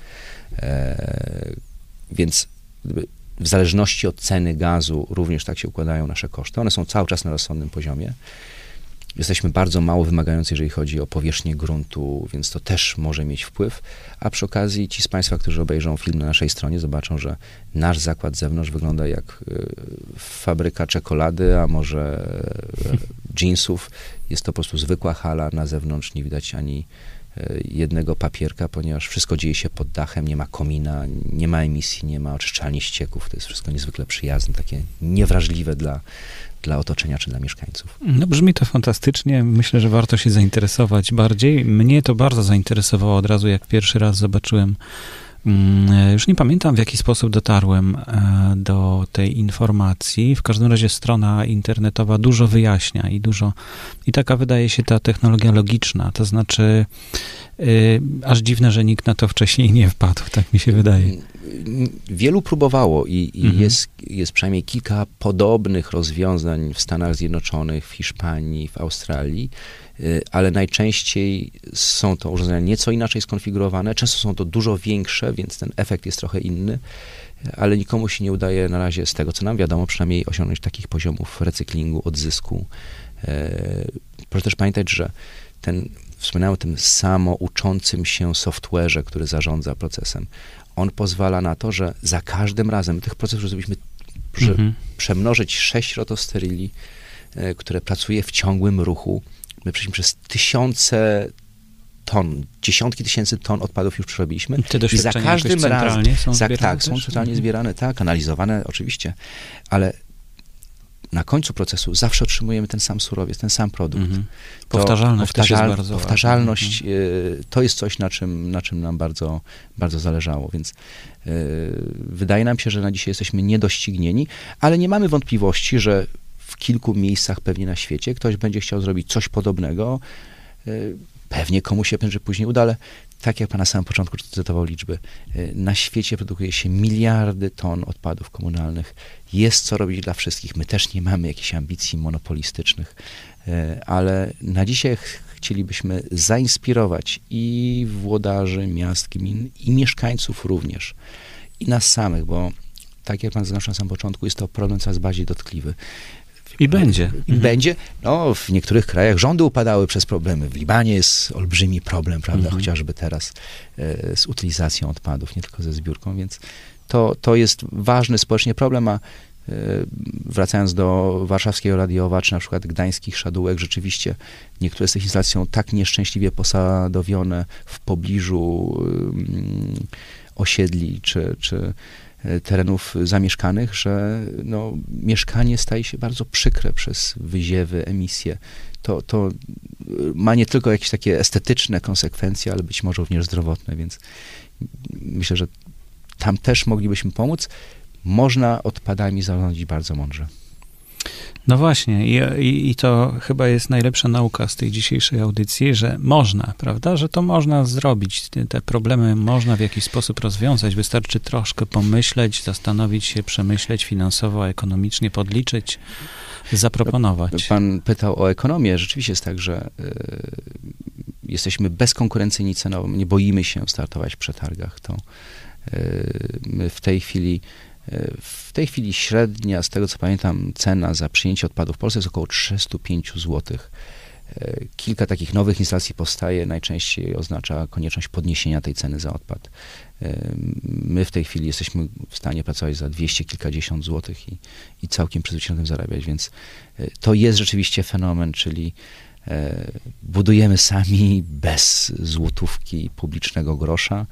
więc w zależności od ceny gazu również tak się układają nasze koszty. One są cały czas na rozsądnym poziomie. Jesteśmy bardzo mało wymagający, jeżeli chodzi o powierzchnię gruntu, więc to też może mieć wpływ. A przy okazji ci z Państwa, którzy obejrzą film na naszej stronie, zobaczą, że nasz zakład z zewnątrz wygląda jak fabryka czekolady, a może jeansów. Jest to po prostu zwykła hala, na zewnątrz nie widać ani jednego papierka, ponieważ wszystko dzieje się pod dachem, nie ma komina, nie ma emisji, nie ma oczyszczalni ścieków. To jest wszystko niezwykle przyjazne, takie niewrażliwe dla otoczenia czy dla mieszkańców. No brzmi to fantastycznie. Myślę, że warto się zainteresować bardziej. Mnie to bardzo zainteresowało od razu, jak pierwszy raz zobaczyłem. Już nie pamiętam, w jaki sposób dotarłem do tej informacji. W każdym razie strona internetowa dużo wyjaśnia i taka wydaje się ta technologia logiczna. To znaczy aż dziwne, że nikt na to wcześniej nie wpadł, tak mi się wydaje. Wielu próbowało i jest przynajmniej kilka podobnych rozwiązań w Stanach Zjednoczonych, w Hiszpanii, w Australii, ale najczęściej są to urządzenia nieco inaczej skonfigurowane, często są to dużo większe, więc ten efekt jest trochę inny. ale nikomu się nie udaje na razie, z tego co nam wiadomo, przynajmniej osiągnąć takich poziomów recyklingu, odzysku. Proszę też pamiętać, że wspominałem o tym samouczącym się software'ze, który zarządza procesem. On pozwala na to, że za każdym razem tych procesów zrobiliśmy, że przemnożyć 6 rotosteryli, które pracuje w ciągłym ruchu. My przeszliśmy przez tysiące ton, dziesiątki tysięcy ton odpadów już przerobiliśmy. Te doświadczenia i za każdym razem są zbierane. Tak, są centralnie zbierane, tak, analizowane oczywiście, ale na końcu procesu zawsze otrzymujemy ten sam surowiec, ten sam produkt. Powtarzalność też jest bardzo powtarzalność to jest coś, na czym nam bardzo, bardzo zależało, więc wydaje nam się, że na dzisiaj jesteśmy niedoścignieni, ale nie mamy wątpliwości, że w kilku miejscach pewnie na świecie ktoś będzie chciał zrobić coś podobnego. Pewnie komuś się prędzej później uda, ale tak jak pan na samym początku cytował liczby, na świecie produkuje się miliardy ton odpadów komunalnych. Jest co robić dla wszystkich. My też nie mamy jakichś ambicji monopolistycznych, ale na dzisiaj chcielibyśmy zainspirować i włodarzy miast, gmin, i mieszkańców również, i nas samych, bo tak jak pan zaznaczył na samym początku, jest to problem coraz bardziej dotkliwy. I będzie. Będzie. No, w niektórych krajach rządy upadały przez problemy. W Libanie jest olbrzymi problem, prawda, chociażby teraz z utylizacją odpadów, nie tylko ze zbiórką, więc to jest ważny społecznie problem, a wracając do warszawskiego Radiowa, czy na przykład gdańskich Szadółek, rzeczywiście niektóre z tych instalacji są tak nieszczęśliwie posadowione w pobliżu osiedli, czy terenów zamieszkanych, że no, mieszkanie staje się bardzo przykre przez wyziewy, emisje. To ma nie tylko jakieś takie estetyczne konsekwencje, ale być może również zdrowotne, więc myślę, że tam też moglibyśmy pomóc. Można odpadami zarządzić bardzo mądrze. No właśnie, i to chyba jest najlepsza nauka z tej dzisiejszej audycji, że można, prawda, że to można zrobić, te problemy można w jakiś sposób rozwiązać, wystarczy troszkę pomyśleć, zastanowić się, przemyśleć finansowo, ekonomicznie, podliczyć, zaproponować. Pan pytał o ekonomię, rzeczywiście jest tak, że jesteśmy bezkonkurencyjni cenowo, nie boimy się startować w przetargach, to my w tej chwili średnia, z tego co pamiętam, cena za przyjęcie odpadów w Polsce jest około 305 zł. Kilka takich nowych instalacji powstaje, najczęściej oznacza konieczność podniesienia tej ceny za odpad. My w tej chwili jesteśmy w stanie pracować za 200 kilkadziesiąt złotych i całkiem przyzwoicie na tym zarabiać, więc to jest rzeczywiście fenomen, czyli budujemy sami bez złotówki publicznego grosza,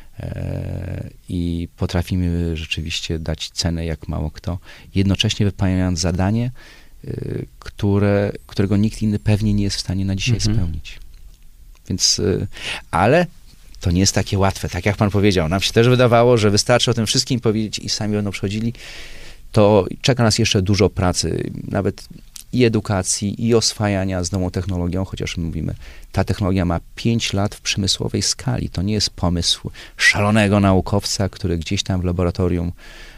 i potrafimy rzeczywiście dać cenę jak mało kto, jednocześnie wypełniając zadanie, którego nikt inny pewnie nie jest w stanie na dzisiaj spełnić. Więc, ale to nie jest takie łatwe, tak jak pan powiedział. Nam się też wydawało, że wystarczy o tym wszystkim powiedzieć i sami będą przychodzili. To czeka nas jeszcze dużo pracy, nawet i edukacji, i oswajania z nową technologią, chociaż my mówimy, ta technologia ma 5 lat w przemysłowej skali. To nie jest pomysł szalonego naukowca, który gdzieś tam w laboratorium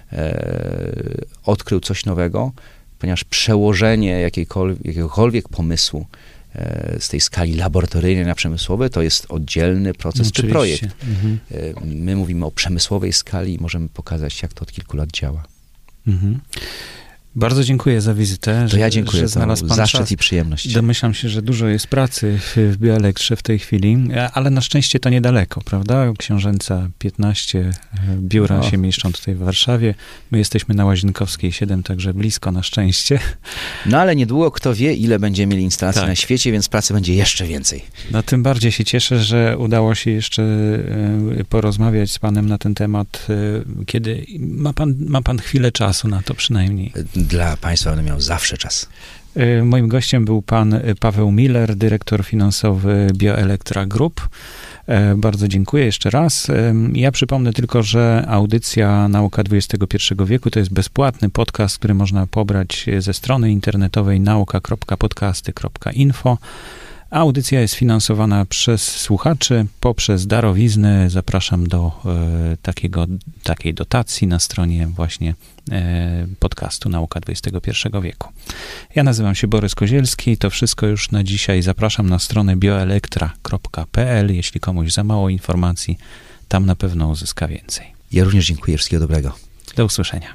odkrył coś nowego, ponieważ przełożenie jakiegokolwiek pomysłu z tej skali laboratoryjnej na przemysłowe to jest oddzielny proces czy projekt. My mówimy o przemysłowej skali i możemy pokazać, jak to od kilku lat działa. Bardzo dziękuję za wizytę. To ja dziękuję, że znalazł pan zaszczyt czas. I przyjemność. Domyślam się, że dużo jest pracy w Bioelektrze w tej chwili, ale na szczęście to niedaleko, prawda? Książęca 15, biura się mieszczą tutaj w Warszawie. My jesteśmy na Łazienkowskiej 7, także blisko na szczęście. No ale niedługo kto wie, ile będziemy mieli instalacji na świecie, więc pracy będzie jeszcze więcej. No tym bardziej się cieszę, że udało się jeszcze porozmawiać z panem na ten temat. Kiedy ma pan chwilę czasu na to przynajmniej? Dla państwa będę miał zawsze czas. Moim gościem był pan Paweł Miller, dyrektor finansowy Bioelektra Group. Bardzo dziękuję jeszcze raz. Ja przypomnę tylko, że audycja Nauka XXI wieku to jest bezpłatny podcast, który można pobrać ze strony internetowej nauka.podcasty.info. Audycja jest finansowana przez słuchaczy poprzez darowizny. Zapraszam do takiej dotacji na stronie właśnie podcastu Nauka XXI wieku. Ja nazywam się Borys Kozielski. To wszystko już na dzisiaj. Zapraszam na stronę bioelektra.pl. Jeśli komuś za mało informacji, tam na pewno uzyska więcej. Ja również dziękuję. Wszystkiego dobrego. Do usłyszenia.